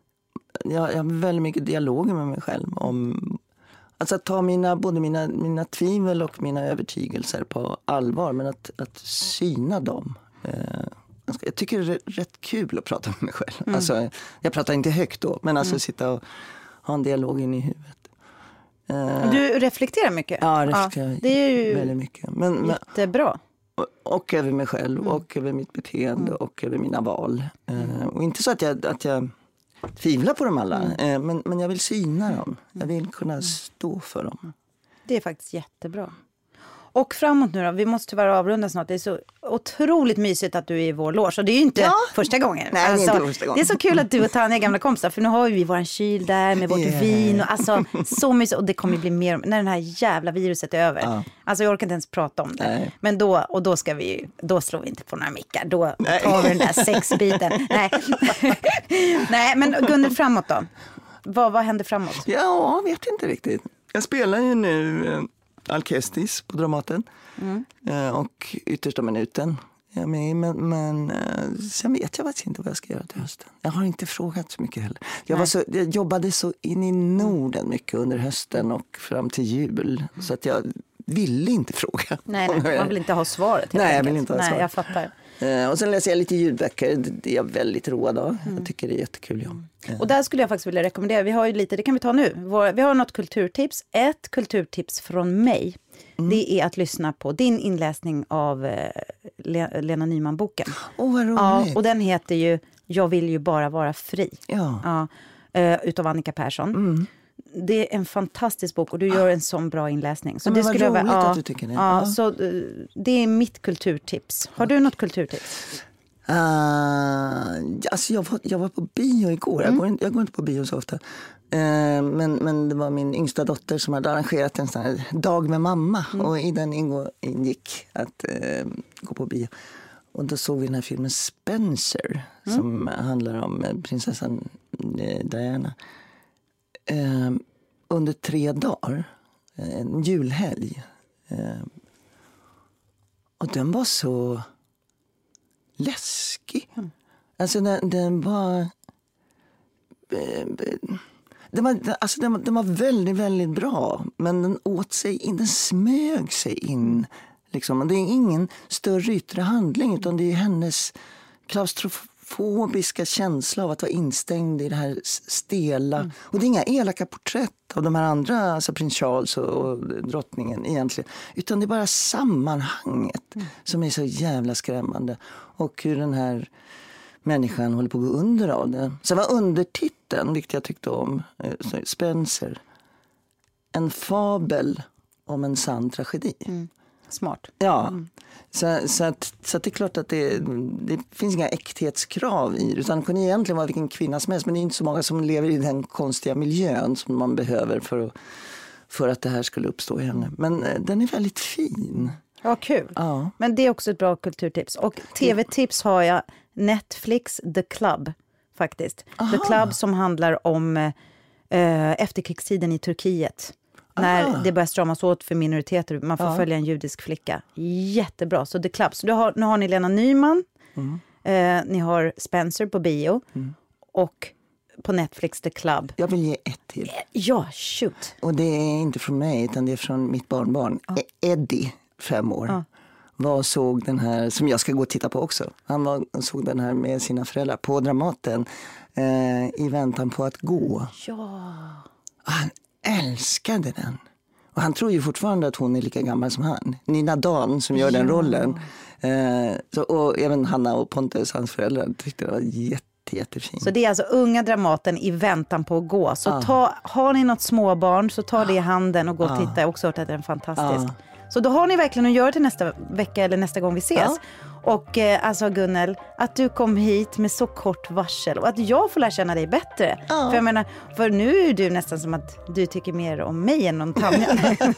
jag har väldigt mycket dialoger med mig själv om alltså att ta både mina tvivel och mina övertygelser på allvar, men att syna dem. Jag tycker det är rätt kul att prata med mig själv. Alltså, jag pratar inte högt då, men alltså sitta och ha en dialog in i huvudet. Du reflekterar mycket? Ja, reflekterar det är ju väldigt mycket. jättebra. Och över mig själv och över mitt beteende och över mina val. Och inte så att jag tvivlar på dem alla, men jag vill syna dem. Jag vill kunna stå för dem. Det är faktiskt jättebra. Och framåt nu då, vi måste tyvärr avrunda snart. Det är så otroligt mysigt att du är i vår loge. Och det är ju inte första gången. Nej, alltså, det är inte första gången. Det är så kul att du och Tanja är gamla kompisar. För nu har vi våran kyl där med vårt vin. Och, alltså, så mysigt. Och det kommer bli mer när den här jävla viruset är över. Ja. Alltså jag orkar inte ens prata om det. Nej. Men då slår vi inte på några mickar. Då tar vi den där sexbiten. Nej. Nej, men Gunnel, framåt då. Vad händer framåt? Ja, jag vet inte riktigt. Jag spelar ju nu Alcestis på Dramaten och Yttersta minuten. Men sen vet jag faktiskt inte vad jag ska göra till hösten. Jag har inte frågat så mycket heller. Jag jobbade så in i Norden mycket under hösten och fram till jul. Så att jag ville inte fråga. Nej, man vill inte ha svaret. Nej, jag vill inte ha svaret. Nej, jag fattar. Och sen läser jag lite ljudböcker. Det är jag väldigt road av. Jag tycker det är jättekul. Ja. Och där skulle jag faktiskt vilja rekommendera. Vi har ju lite, det kan vi ta nu. Vi har något kulturtips. Ett kulturtips från mig. Det är att lyssna på din inläsning av Lena Nyman-boken. Vad roligt. Ja, och den heter ju Jag vill ju bara vara fri. Ja. Utav Annika Persson. Det är en fantastisk bok och du gör en sån bra inläsning. Så det skulle jag roligt att du tycker det. Ja, så det är mitt kulturtips. Har du något kulturtips? Alltså jag var på bio igår. Jag går inte på bio så ofta. Men det var min yngsta dotter som hade arrangerat en sån här dag med mamma. Och i den ingick att gå på bio. Och då såg vi den här filmen Spencer. Som handlar om prinsessan Diana. Under 3 dagar. En julhelg. Och den var så läskig. Alltså den var väldigt, väldigt bra. Men den åt sig in, den smög sig in. Liksom. Det är ingen större yttre handling, utan det är hennes klaustrofobiska känsla av att vara instängd i det här stela. Och det är inga elaka porträtt av de här andra, alltså prins Charles och drottningen egentligen. Utan det är bara sammanhanget som är så jävla skrämmande. Och hur den här människan håller på att gå under av det. Så var undertiteln, vilket jag tyckte om, Spencer. En fabel om en sann tragedi. Smart. Ja, så att det är klart att det finns inga äkthetskrav i det. Utan det kan egentligen vara vilken kvinna som helst. Men det är inte så många som lever i den konstiga miljön som man behöver för att det här skulle uppstå i henne. Men den är väldigt fin. Ja, kul. Ja. Men det är också ett bra kulturtips. Och tv-tips har jag Netflix The Club faktiskt. Aha. The Club som handlar om efterkrigstiden i Turkiet. När det börjar stramas åt för minoriteter. Man får följa en judisk flicka. Jättebra. Så The Club. Så nu har ni Lena Nyman. Ni har Spencer på bio. Och på Netflix The Club. Jag vill ge ett till. Ja, shoot. Och det är inte från mig utan det är från mitt barnbarn. Eddie, 5 år. Var såg den här, som jag ska gå och titta på också. Han såg den här med sina föräldrar på Dramaten. I väntan på att gå. Ja. Han älskade den. Och han tror ju fortfarande att hon är lika gammal som han. Nina Dan som gör den rollen. Och även Hanna och Pontus, hans föräldrar, tyckte det var jättefint. Så det är alltså unga Dramaten i väntan på att gå. Så har ni något småbarn så ta det i handen och gå och titta. Jag har också hört att den är fantastisk. Så då har ni verkligen att göra till nästa vecka eller nästa gång vi ses. Och alltså Gunnel, att du kom hit med så kort varsel och att jag får lära känna dig bättre. För jag menar, för nu är du nästan som att du tycker mer om mig än om Tanja.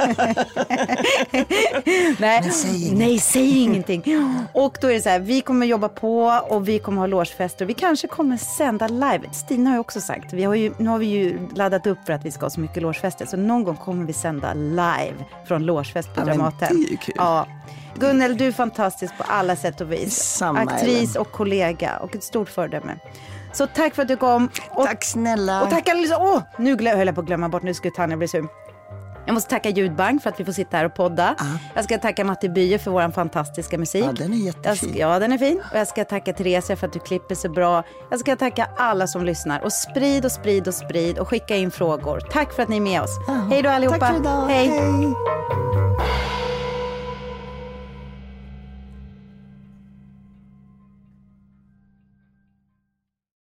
Nej, säg ingenting. Och då är det så här, vi kommer jobba på och vi kommer ha låsfester. Vi kanske kommer sända live. Stina har ju också sagt, nu har vi ju laddat upp för att vi ska ha så mycket låsfester. Så någon gång kommer vi sända live från låsfest på Dramaten. Det är kul. Ja. Gunnel, du är fantastisk på alla sätt och vis. Aktris och kollega och ett stort föredöme. Så tack för att du kom. Tack snälla. Och tack alla. Nu höll jag på att glömma bort. Nu skulle Tanja bli sur. Jag måste tacka Ljudbank för att vi får sitta här och podda. Jag ska tacka Matti Bye för vår fantastiska musik. Ja, den är jättefin. Ja, den är fin. Och jag ska tacka Theresia för att du klipper så bra. Jag ska tacka alla som lyssnar. Och sprid och skicka in frågor. Tack för att ni är med oss. Hej då allihopa. Tack för idag. Hej.